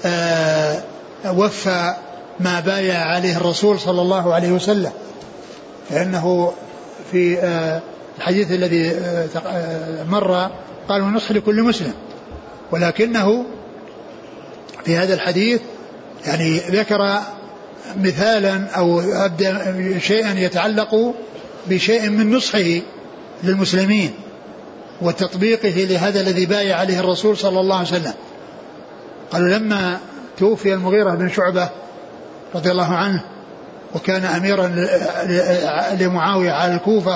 وفى ما بايع عليه الرسول صلى الله عليه وسلم. فإنه في الحديث الذي مر قال النصح لكل مسلم، ولكنه في هذا الحديث يعني ذكر مثالا أو أبدأ شيئا يتعلق بشيء من نصحه للمسلمين وتطبيقه لهذا الذي بايع عليه الرسول صلى الله عليه وسلم. قالوا لما توفي المغيرة بن شعبة رضي الله عنه وكان أميرا لمعاوية على الكوفة،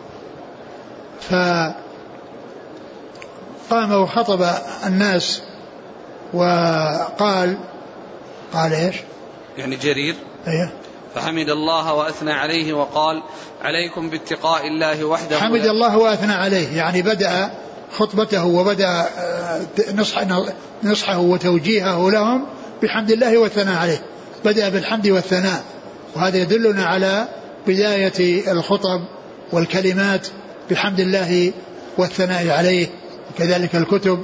فقام وخطب الناس وقال إيش يعني جرير أيه؟ فحمد الله وأثنى عليه وقال عليكم باتقاء الله وحده. حمد الله وأثنى عليه يعني بدأ خطبته وبدأ نصحه وتوجيهه لهم بحمد الله والثناء عليه، بدأ بالحمد والثناء، وهذا يدلنا على بداية الخطب والكلمات بحمد الله والثناء عليه. وكذلك الكتب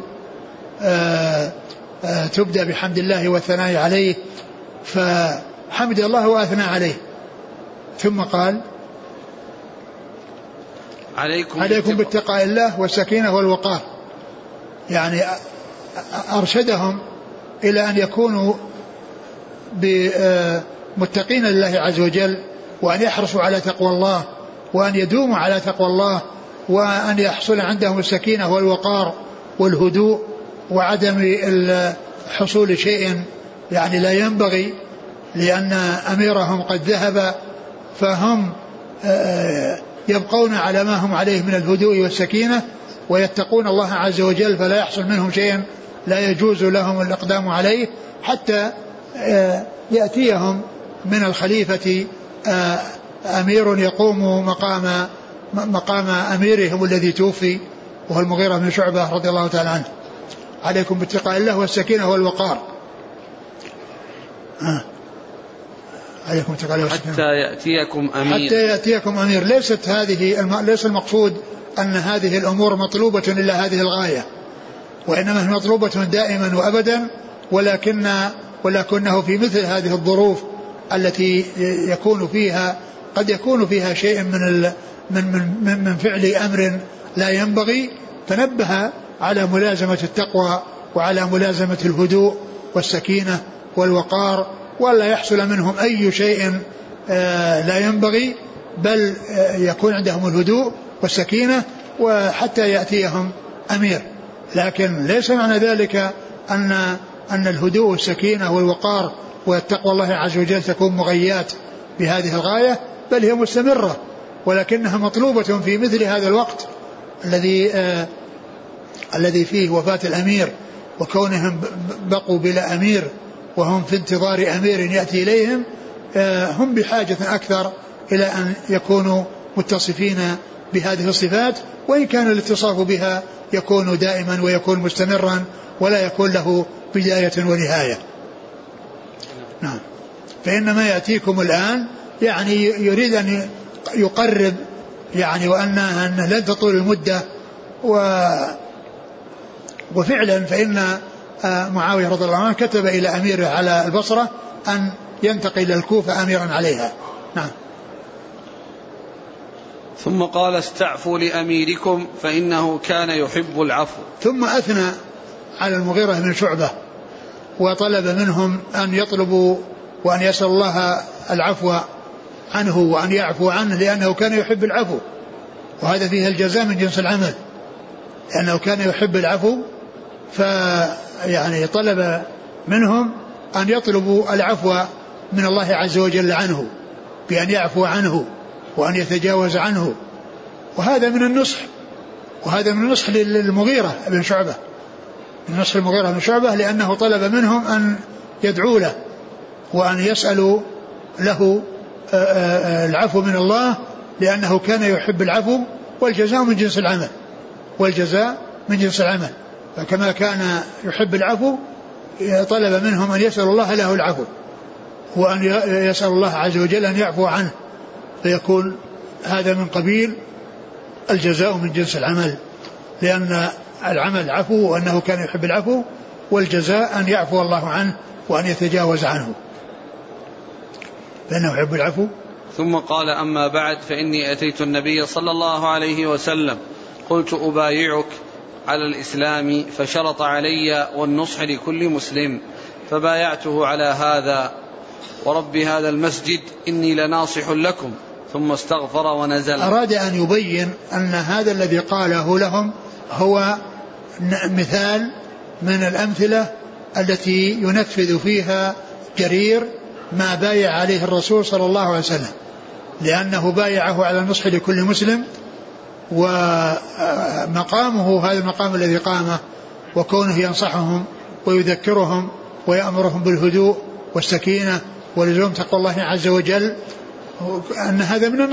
تبدأ بحمد الله والثناء عليه، فحمد الله وأثنى عليه. ثم قال عليكم باتقاء الله والسكينة والوقار، يعني أرشدهم إلى أن يكونوا متقين لله عز وجل، وأن يحرصوا على تقوى الله، وأن يدوموا على تقوى الله، وأن يحصل عندهم السكينة والوقار والهدوء، وعدم حصول شيء يعني لا ينبغي، لأن أميرهم قد ذهب، فهم يبقون على ما هم عليه من الهدوء والسكينة، ويتقون الله عز وجل، فلا يحصل منهم شيء لا يجوز لهم الإقدام عليه، حتى يأتيهم من الخليفة أمير يقوم مقام أميرهم الذي توفي، وهو المغيرة بن شعبة رضي الله تعالى عنه. عليكم باتقاء الله والسكينة والوقار. عليكم باتقاء الله والسكينة حتى يأتيكم أمير. ليس المقصود أن هذه الأمور مطلوبة إلا هذه الغاية، وإنما هي مطلوبة دائما وأبدا، ولكنه في مثل هذه الظروف التي يكون فيها قد يكون فيها شيء من فعل أمر لا ينبغي، تنبه على ملازمة التقوى وعلى ملازمة الهدوء والسكينة والوقار، ولا يحصل منهم أي شيء لا ينبغي، بل يكون عندهم الهدوء والسكينة وحتى يأتيهم أمير. لكن ليس معنى ذلك أن الهدوء والسكينة والوقار والتقوى الله عز وجل تكون مغيات بهذه الغاية، بل هي مستمرة، ولكنها مطلوبة في مثل هذا الوقت الذي فيه وفاة الأمير، وكونهم بقوا بلا أمير وهم في انتظار أمير يأتي إليهم، هم بحاجة أكثر إلى أن يكونوا متصفين بهذه الصفات، وإن كان الاتصاف بها يكون دائما ويكون مستمرا ولا يكون له بداية ونهاية. نعم. فإنما يأتيكم الآن يعني يريد أن يقرب يعني، وأن لن تطول المدة، وفعلا فإن معاوية رضي الله عنه كتب إلى أميره على البصرة أن ينتقل إلى الكوفة أميرا عليها. نعم. ثم قال استعفوا لأميركم فإنه كان يحب العفو. ثم أثنى على المغيرة بن شعبة وطلب منهم أن يطلبوا وأن يسأل الله العفو عنه وأن يعفو عنه، لأنه كان يحب العفو، وهذا فيه الجزاء من جنس العمل، لأنه كان يحب العفو، فيعني طلب منهم أن يطلبوا العفو من الله عز وجل عنه، بأن يعفو عنه وأن يتجاوز عنه. وهذا من النصح للمغيرة بن شعبة، من نصح المغيرة بن شعبة، لأنه طلب منهم أن يدعوا له وأن يسألوا له العفو من الله، لأنه كان يحب العفو، والجزاء من جنس العمل، فكما كان يحب العفو طلب منهم أن يسأل الله له العفو، وأن يسأل الله عز وجل أن يعفو عنه، فيكون هذا من قبيل الجزاء من جنس العمل، لأن العمل عفو، وأنه كان يحب العفو، والجزاء أن يعفو الله عنه وأن يتجاوز عنه، لأنه يحب العفو. ثم قال أما بعد فإني أتيت النبي صلى الله عليه وسلم قلت أبايعك على الإسلام، فشرط علي والنصح لكل مسلم، فبايعته على هذا، ورب هذا المسجد إني لناصح لكم، ثم استغفر ونزل. أراد أن يبين أن هذا الذي قاله لهم هو مثال من الأمثلة التي ينفذ فيها جرير ما بايع عليه الرسول صلى الله عليه وسلم، لأنه بايعه على النصح لكل مسلم، ومقامه هذا المقام الذي قامه، وكونه ينصحهم ويذكرهم ويأمرهم بالهدوء والسكينة ولزوم تقوى الله عز وجل، أن هذا من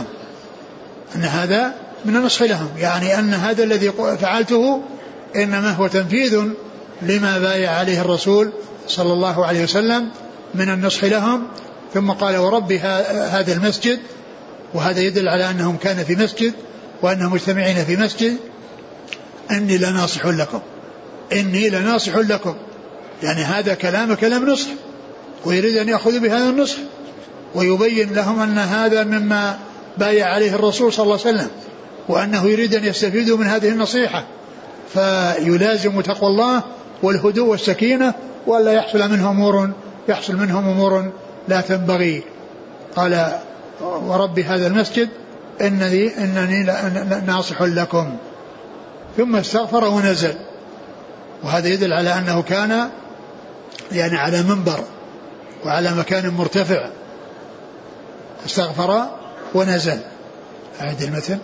النصح لهم، يعني أن هذا الذي فعلته إنما هو تنفيذ لما بايع عليه الرسول صلى الله عليه وسلم من النصح لهم. ثم قال ورب هذا المسجد، وهذا يدل على أنهم كان في مسجد وأنهم مجتمعين في مسجد. إني لناصح لكم، إني لناصح لكم، يعني هذا كلام نصح، ويريد أن يأخذ بهذا النصح ويبين لهم أن هذا مما بايع عليه الرسول صلى الله عليه وسلم، وأنه يريد أن يستفيدوا من هذه النصيحة، فيلازم تقوى الله والهدوء والسكينة، ولا يحصل منهم أمور لا تنبغي. قال ورب هذا المسجد إنني ناصح لكم، ثم استغفر ونزل. وهذا يدل على أنه كان يعني على منبر وعلى مكان مرتفع، استغفر ونزل. أعد المتن.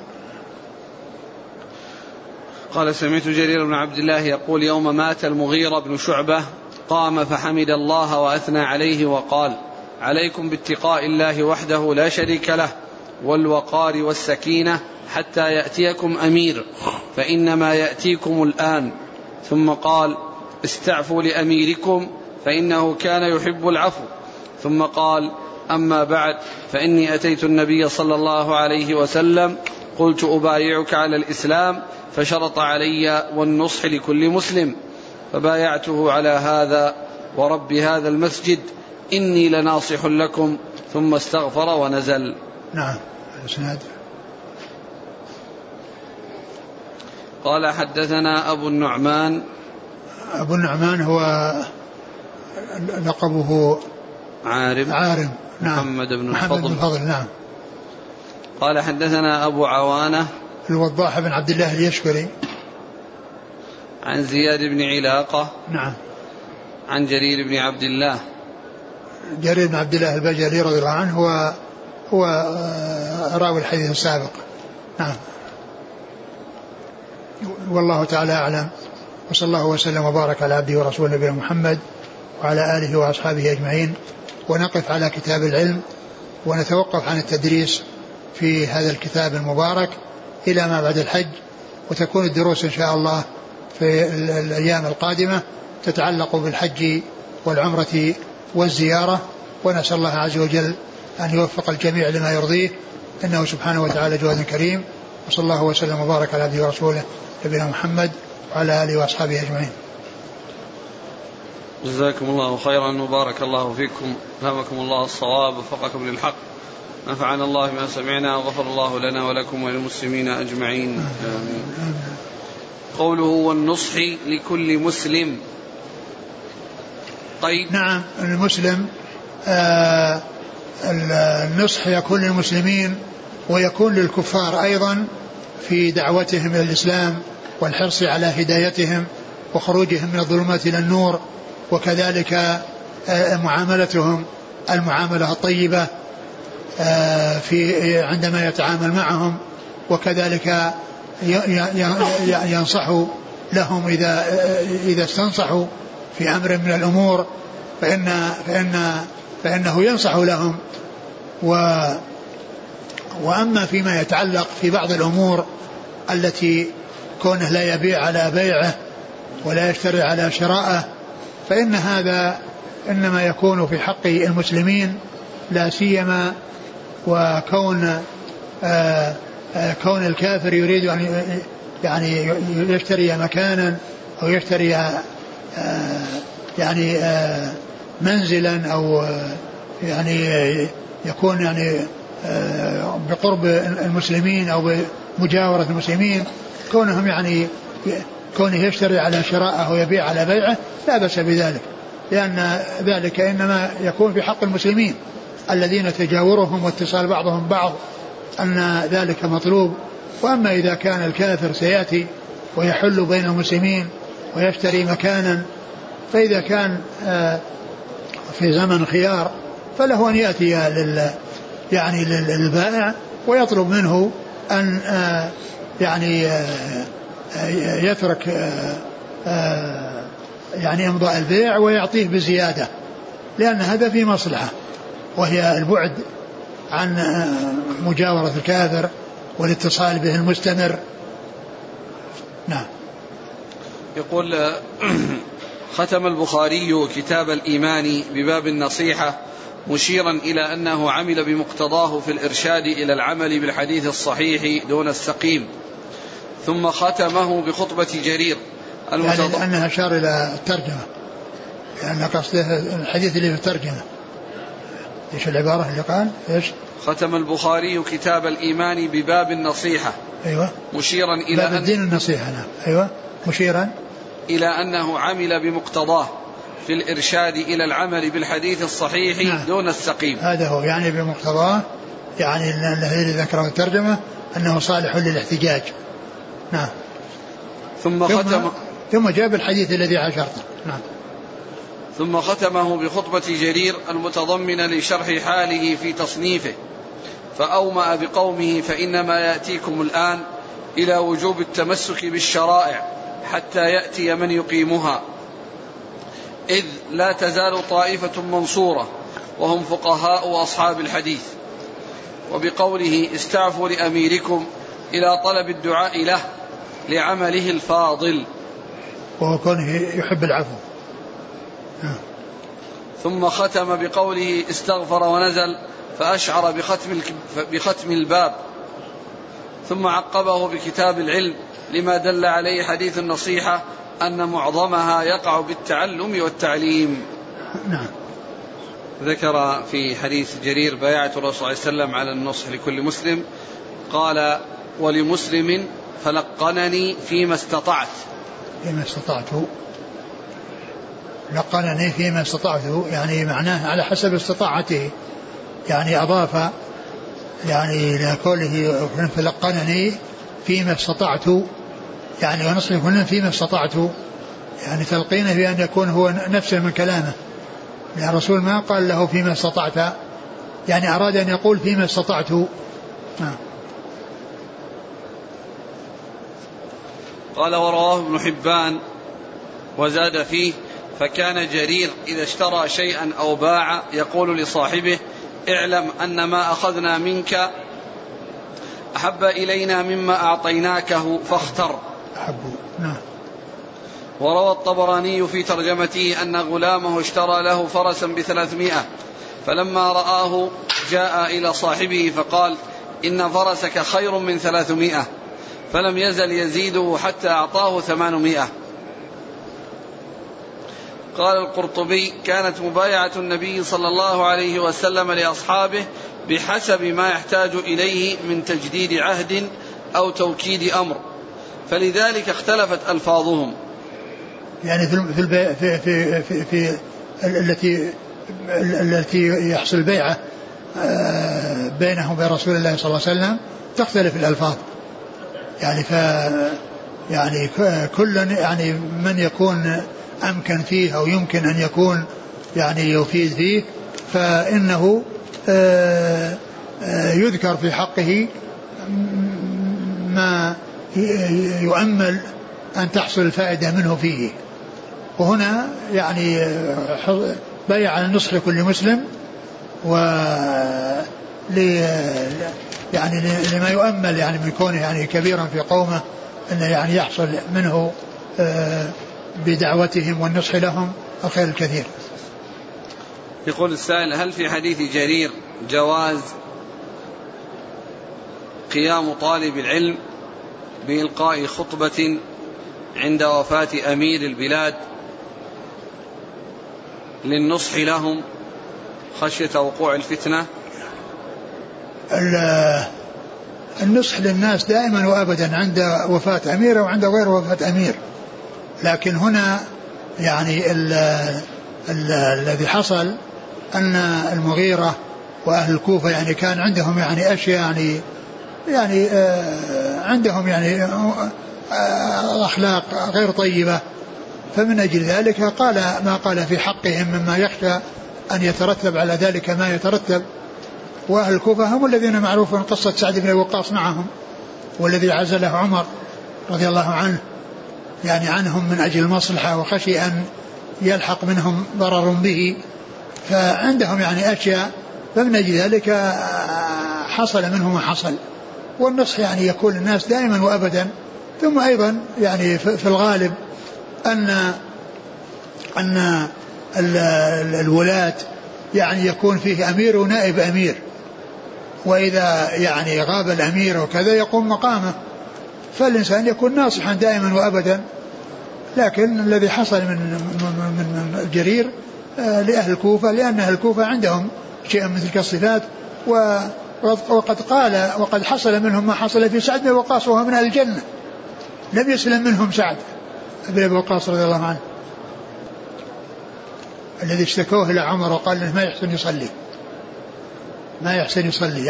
قال سمعت جرير بن عبد الله يقول يوم مات المغيرة بن شعبة قام فحمد الله وأثنى عليه وقال عليكم باتقاء الله وحده لا شريك له والوقار والسكينة حتى يأتيكم أمير فإنما يأتيكم الآن. ثم قال استعفوا لأميركم فإنه كان يحب العفو. ثم قال أما بعد فإني أتيت النبي صلى الله عليه وسلم قلت أبايعك على الإسلام فشرط علي والنصح لكل مسلم فبايعته على هذا ورب هذا المسجد إني لناصح لكم ثم استغفر ونزل. نعم. قال حدثنا أبو النعمان. أبو النعمان هو لقبه عارم. نعم. محمد بن الفضل. نعم. قال حدثنا أبو عوانة الوضاح بن عبد الله اليشكري عن زياد بن علاقة. نعم. عن جرير بن عبد الله. جرير بن عبد الله البجلي رضي الله عنه هو راوي الحديث السابق. نعم. والله تعالى أعلم، وصلى الله وسلم وبارك على عبده ورسوله نبينا محمد وعلى آله وأصحابه أجمعين. ونقف على كتاب العلم ونتوقف عن التدريس في هذا الكتاب المبارك إلى ما بعد الحج، وتكون الدروس إن شاء الله في الأيام القادمة تتعلق بالحج والعمرة والزيارة. ونسأل الله عز وجل أن يوفق الجميع لما يرضيه، إنه سبحانه وتعالى جواد كريم. وصلى الله وسلم وبارك على عبده ورسوله نبينا محمد وعلى آله وأصحابه أجمعين. جزاكم الله خيرا وبارك الله فيكم، ألهمكم الله الصواب ووفقكم للحق، نفعنا الله ما سمعنا وغفر الله لنا ولكم وللمسلمين أجمعين آمين. قوله والنصح لكل مسلم قيد. نعم. المسلم النصح يكون للمسلمين ويكون للكفار أيضا في دعوتهم إلى الإسلام والحرص على هدايتهم وخروجهم من الظلمات إلى النور، وكذلك معاملتهم المعاملة الطيبة في عندما يتعامل معهم، وكذلك ينصح لهم إذا استنصحوا في أمر من الأمور فإنه ينصح لهم. وأما فيما يتعلق في بعض الأمور التي كونه لا يبيع على بيعه ولا يشتري على شرائه، فإن هذا إنما يكون في حق المسلمين، لا سيما وكون كون الكافر يريد أن يعني يشتري مكانا أو يشتري يعني منزلا أو يعني يكون يعني بقرب المسلمين أو بمجاورة المسلمين، كونهم يعني كونه يشتري على شرائه ويبيع على بيعه لا بأس بذلك، لأن ذلك إنما يكون في حق المسلمين الذين تجاورهم واتصال بعضهم بعض، أن ذلك مطلوب. وأما إذا كان الكافر سيأتي ويحل بين المسلمين ويشتري مكانا، فإذا كان في زمن خيار فله أن يأتي يعني للبائع ويطلب منه أن يعني يترك يعني إمضاء البيع ويعطيه بزيادة، لأن هذا في مصلحة، وهي البعد عن مجاورة الكافر والاتصال به المستمر. نعم. يقول ختم البخاري كتاب الإيمان بباب النصيحة مشيرا إلى أنه عمل بمقتضاه في الإرشاد إلى العمل بالحديث الصحيح دون السقيم، ثم ختمه بخطبة جرير يعني أنها أشار إلى الترجمة، لأن قصده الحديث اللي في الترجمة. إيش العبارة اللي قال؟ إيش؟ ختم البخاري كتاب الإيمان بباب النصيحة. أيوة. مشيرا إلى باب الدين النصيحة. نعم. أيوة. مشيرا إلى أنه عمل بمقتضاه في الإرشاد إلى العمل بالحديث الصحيح. نعم. دون السقيم. هذا هو يعني بمقتضاه، يعني الذي ذكره الترجمة أنه صالح للاحتجاج. نعم. ثم جاب الحديث الذي عشرته. نعم. ثم ختمه بخطبة جرير المتضمنة لشرح حاله في تصنيفه، فأومأ بقومه فإنما يأتيكم الآن إلى وجوب التمسك بالشرائع حتى يأتي من يقيمها، إذ لا تزال طائفة منصورة وهم فقهاء أصحاب الحديث. وبقوله استعفوا لأميركم إلى طلب الدعاء له لعمله الفاضل، وهو كونه يحب العفو. ثم ختم بقوله استغفر ونزل فأشعر بختم الباب، ثم عقبه بكتاب العلم لما دل عليه حديث النصيحة أن معظمها يقع بالتعلم والتعليم. نعم. ذكر في حديث جرير بيعة الرسول صلى الله عليه وسلم على النصح لكل مسلم، قال ولمسلم فلقنني فيما استطعت. فيما استطعت، لقنني فيما استطعت، يعني معناه على حسب استطاعته، يعني أضاف يعني لقوله فلقنني فيما استطعت، يعني ونصح كل فيما استطعت، يعني تلقينه بأن يكون هو نفسه من كلامه، يعني الرسول ما قال له فيما استطعت، يعني أراد أن يقول فيما استطعت. قال ورواه ابن حبان وزاد فيه فكان جرير إذا اشترى شيئا أو باع يقول لصاحبه اعلم أن ما أخذنا منك أحب إلينا مما أعطيناكه فاختر. وروى الطبراني في ترجمته أن غلامه اشترى له فرسا ب300، فلما رآه جاء إلى صاحبه فقال إن فرسك خير من 300، فلم يزل يزيده حتى أعطاه 800. قال القرطبي كانت مبايعة النبي صلى الله عليه وسلم لأصحابه بحسب ما يحتاج إليه من تجديد عهد أو توكيد أمر، فلذلك اختلفت ألفاظهم. يعني في التي يحصل بيعة بينه وبين رسول الله صلى الله عليه وسلم تختلف الألفاظ، يعني يعني كل يعني من يكون أمكن فيه أو يمكن أن يكون يعني يفيد فيه فإنه يذكر في حقه ما يؤمل أن تحصل الفائدة منه فيه. وهنا يعني بيع النصح لكل مسلم يعني لما يؤمل يعني من كونه يعني كبيرا في قومه أنه يعني يحصل منه بدعوتهم والنصح لهم الخير الكثير. يقول السائل هل في حديث جرير جواز قيام طالب العلم بإلقاء خطبة عند وفاة أمير البلاد للنصح لهم خشية وقوع الفتنة؟ النصح للناس دائما وأبدا عند وفاة أمير وعند غير وفاة أمير، لكن هنا يعني الذي حصل أن المغيرة وأهل الكوفة يعني كان عندهم يعني أشياء يعني عندهم يعني أخلاق غير طيبة، فمن أجل ذلك قال ما قال في حقهم مما يخشى أن يترتب على ذلك ما يترتب. وأهل الكوفة هم الذين معروفون قصة سعد بن وقاص معهم، والذي عزله عمر رضي الله عنه يعني عنهم من أجل المصلحة وخشي أن يلحق منهم ضرر به، فعندهم يعني أشياء، فمن أجل ذلك حصل منهم ما حصل. والنصح يعني يكون الناس دائما وأبدا. ثم أيضا يعني في الغالب أن أن الولاة يعني يكون فيه أمير ونائب أمير، وإذا يعني غاب الأمير وكذا يقوم مقامه، فالإنسان يكون ناصحا دائما وأبدا. لكن الذي حصل من الجرير لأهل الكوفة، لأن أهل الكوفة عندهم شيء من تلك الصفات، وقد حصل منهم ما حصل في سعد بن وقاص وهو من أهل الجنة، لم يسلم منهم سعد بن وقاص رضي الله عنه الذي اشتكوه إلى عمر وقال له ما يحسن يصلي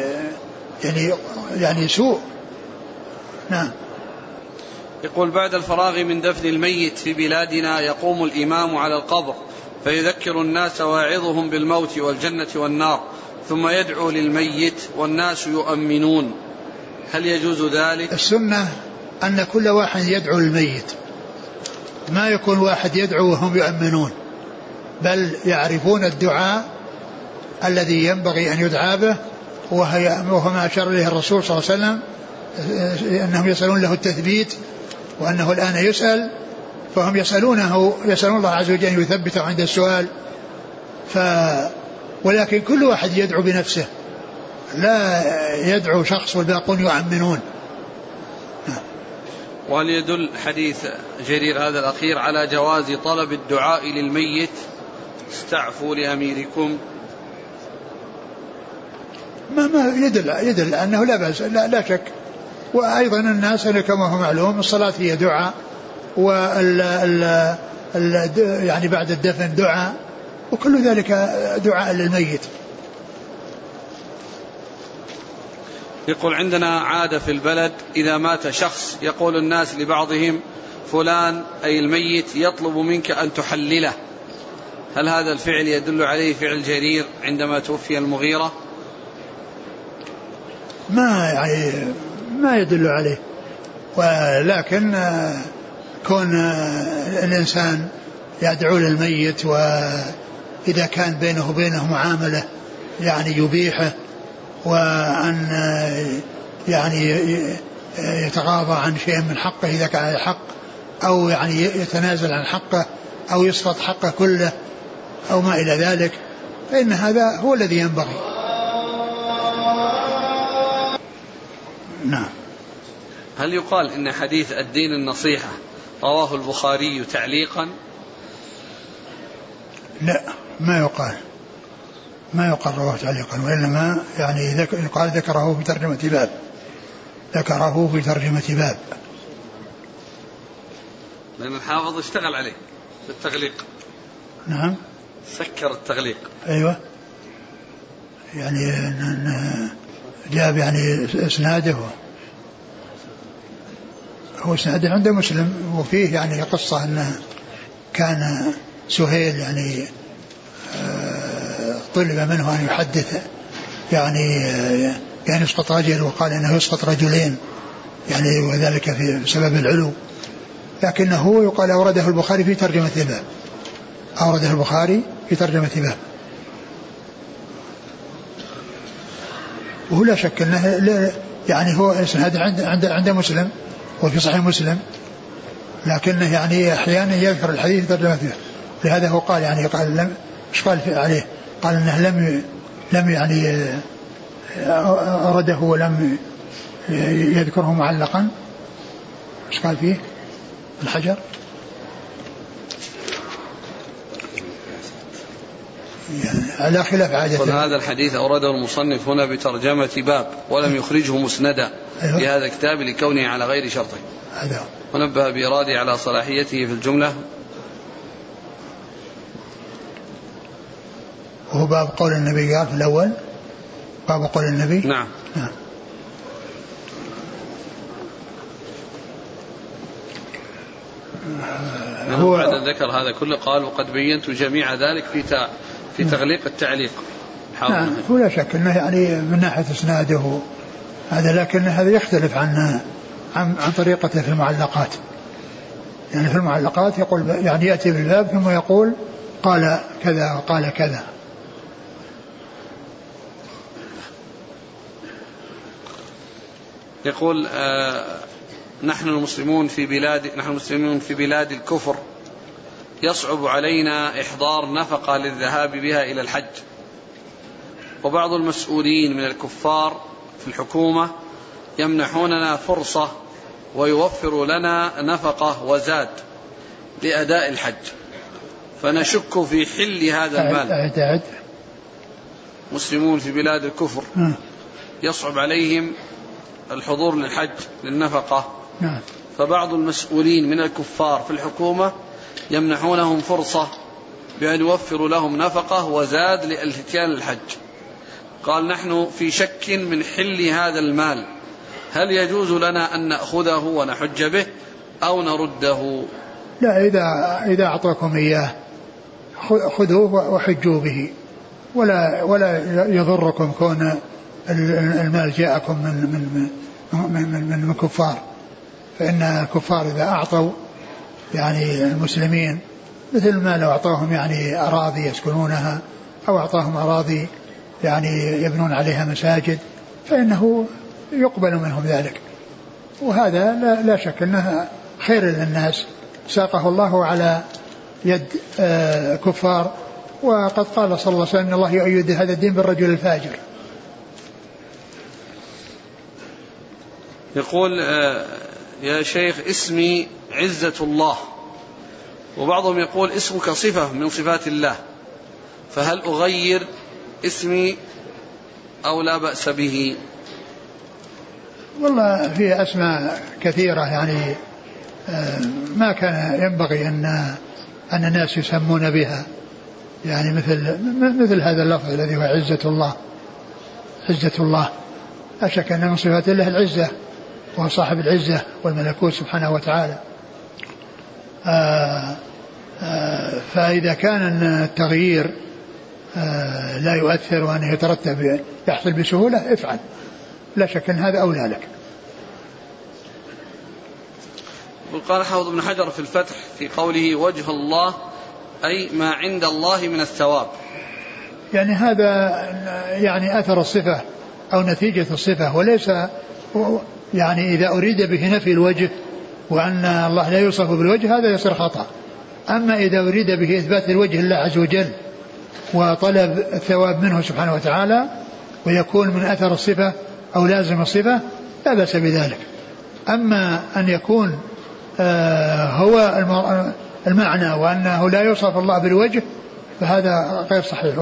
يعني سوء. نعم. يقول: بعد الفراغ من دفن الميت في بلادنا يقوم الإمام على القبر فيذكر الناس واعظهم بالموت والجنة والنار، ثم يدعو للميت والناس يؤمنون، هل يجوز ذلك؟ السنة أن كل واحد يدعو للميت، ما يكون واحد يدعو وهم يؤمنون، بل يعرفون الدعاء الذي ينبغي أن يدعى به، وهو ما أشار إليه الرسول صلى الله عليه وسلم، أنهم يسألون له التثبيت، وأنه الآن يسأل، فهم يسألون الله عز وجل أن يثبته عند السؤال. ولكن كل واحد يدعو بنفسه، لا يدعو شخص والباقون يؤمنون. وهل يدل حديث جرير هذا الأخير على جواز طلب الدعاء للميت؟ استعفوا لأميركم. ما يدل أنه لا بأس، لا شك. وأيضا الناس كما هو معلوم الصلاة هي دعاء، يعني بعد الدفن دعاء، وكل ذلك دعاء للميت. يقول: عندنا عادة في البلد إذا مات شخص يقول الناس لبعضهم فلان أي الميت يطلب منك أن تحلله، هل هذا الفعل يدل عليه فعل جرير عندما توفي المغيرة؟ ما يدل عليه، ولكن كون الإنسان يدعو للميت، وإذا كان بينه وبينه معاملة يعني يبيحه، وأن يعني يتغاضى عن شيء من حقه إذا كان على حق، أو يعني يتنازل عن حقه، أو يسقط حقه كله، أو ما إلى ذلك، فإن هذا هو الذي ينبغي. نعم. هل يقال إن حديث الدين النصيحة رواه البخاري تعليقا؟ لا، ما يقال رواه تعليقا، وإنما يعني يقال ذكره في ترجمة باب، لأن الحافظ اشتغل عليه بالتغليق. نعم، سكر التغليق. أيوة، يعني جاب يعني اسناده، هو اسناده عند مسلم، وفيه يعني قصة أن كان سهيل يعني طلب منه أن يحدث يعني يسقط رجل، وقال إنه يسقط رجلين يعني، وذلك في سبب العلو، لكنه يقال أورده البخاري في ترجمة باب، وهو لا شك أنه يعني هو اسناد عند مسلم وفي صحيح مسلم، لكنه يعني أحيانا يذكر الحديث في ترجمة باب، لهذا هو قال يعني قال عليه، قال انه لم يعني أرده ولم يذكره معلقا. ايش قال فيه الحجر؟ يعني على خلاف عادته. هذا الحديث أورده المصنف هنا بترجمة باب ولم يخرجه مسندا لهذا الكتاب لكونه على غير شرطه، ونبه بإراده على صلاحيته في الجملة. وهو باب قول النبي قال في الأول، باب قول النبي. نعم. هو بعد ذكر هذا كله قال: وقد بينت جميع ذلك في تغليق التعليق. نعم، هو لا شك انه يعني من ناحية اسناده هذا، لكن هذا يختلف عن طريقته في المعلقات. يعني في المعلقات يقول يعني يأتي بالباب ثم يقول قال كذا وقال كذا. يقول: نحن المسلمون في بلاد الكفر يصعب علينا إحضار نفقة للذهاب بها إلى الحج، وبعض المسؤولين من الكفار في الحكومة يمنحوننا فرصة ويوفر لنا نفقة وزاد لأداء الحج، فنشك في حل هذا المال. مسلمون في بلاد الكفر يصعب عليهم الحضور للحج للنفقة، فبعض المسؤولين من الكفار في الحكومة يمنحونهم فرصة بأن يوفروا لهم نفقة وزاد للاتيان للحج. قال نحن في شك من حل هذا المال، هل يجوز لنا أن نأخذه ونحج به أو نرده؟ لا، إذا أعطاكم إياه خذوه وحجوا به، ولا يضركم كون المال جاءكم من كفار، فإن الكفار إذا أعطوا يعني المسلمين مثل ما لو أعطاهم يعني أراضي يسكنونها أو أعطاهم أراضي يعني يبنون عليها مساجد فإنه يقبل منهم ذلك، وهذا لا شك أنها خير للناس ساقه الله على يد كفار. وقد قال صلى الله عليه وسلم: الله يؤيد هذا الدين بالرجل الفاجر. يقول يا شيخ اسمي عزة الله، وبعضهم يقول اسمك صفة من صفات الله، فهل أغير اسمي أو لا بأس به؟ والله في أسماء كثيرة يعني ما كان ينبغي أن الناس يسمون بها، يعني مثل هذا اللفظ الذي هو عزة الله. عزة الله لا شك أن من صفات الله العزة، وهو صاحب العزة والملكوت سبحانه وتعالى. فإذا كان التغيير لا يؤثر وأنه يترتب يحصل بسهولة افعل، لا شك أن هذا أولى لك. وقال حافظ ابن حجر في الفتح في قوله وجه الله أي ما عند الله من الثواب، يعني هذا يعني أثر الصفة أو نتيجة الصفة، وليس يعني إذا أريد به نفي الوجه وأن الله لا يوصف بالوجه هذا يصير خطأ. أما إذا أريد به إثبات الوجه لله عز وجل وطلب الثواب منه سبحانه وتعالى ويكون من أثر الصفة أو لازم الصفة لا بأس بذلك. أما أن يكون هو المعنى وأنه لا يوصف الله بالوجه فهذا غير صحيح،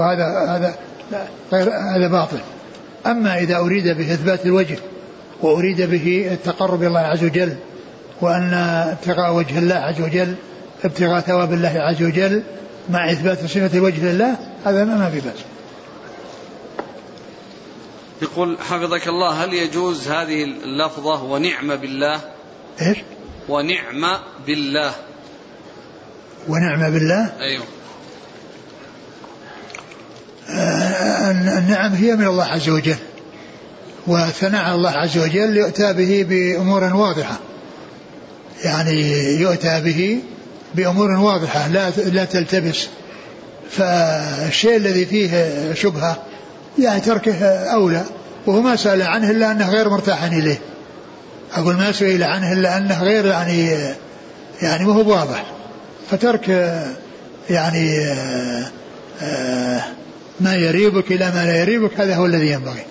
هذا باطل. أما إذا أريد به إثبات الوجه وأريد به التقرب إلى الله عز وجل وأن ابتغاء وجه الله عز وجل ابتغاء ثواب الله عز وجل مع إثبات صفة الوجه لله هذا ما في بأس. يقول حفظك الله هل يجوز هذه اللفظة ونعم بالله؟ إيش؟ ونعم بالله. ونعم بالله؟ أيوه. النعم هي من الله عز وجل، وثناء الله عز وجل يؤتى به بأمور واضحة، يعني يؤتى به بأمور واضحة لا تلتبس. فالشيء الذي فيه شبهة يعني تركه أولى، وهو ما سأل عنه إلا أنه غير مرتاح إليه. أقول ما سئل عنه إلا أنه غير يعني وهو واضح، فترك يعني ما يريبك إلى ما لا يريبك هذا هو الذي ينبغي.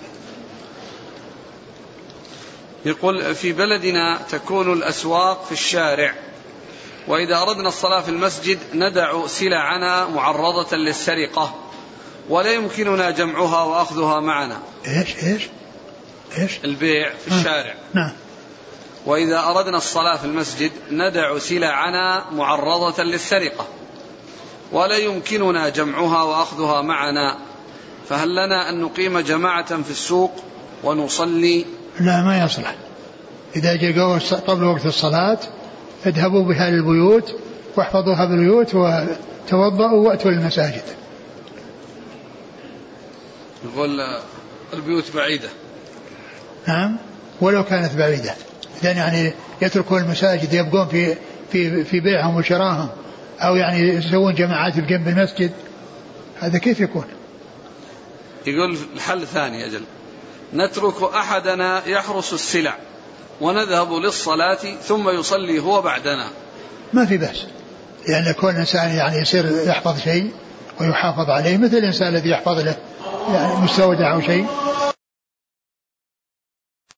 يقول في بلدنا تكون الأسواق في الشارع، وإذا أردنا الصلاة في المسجد ندع سلعنا معرضة للسرقة ولا يمكننا جمعها وأخذها معنا. إيش البيع في الشارع. نعم. وإذا أردنا الصلاة في المسجد ندع سلعنا معرضة للسرقة ولا يمكننا جمعها وأخذها معنا، فهل لنا أن نقيم جماعة في السوق ونصلي؟ لا، ما يصلح. إذا جاءوا قبل وقت الصلاة اذهبوا بها للبيوت واحفظوها بالبيوت وتوضأوا وأتوا للمساجد. يقول البيوت بعيدة. نعم، ولو كانت بعيدة، يعني يتركوا المساجد يبقون في بيعهم وشراهم، أو يعني يسوون جماعات بجنب المسجد، هذا كيف يكون؟ يقول الحل ثاني أجل، نترك أحدنا يحرس السلع ونذهب للصلاة ثم يصلي هو بعدنا. ما في بأس، لأن كل إنسان يعني يصير يحفظ شيء ويحافظ عليه مثل الإنسان الذي يحفظ له يعني مستودع أو شيء.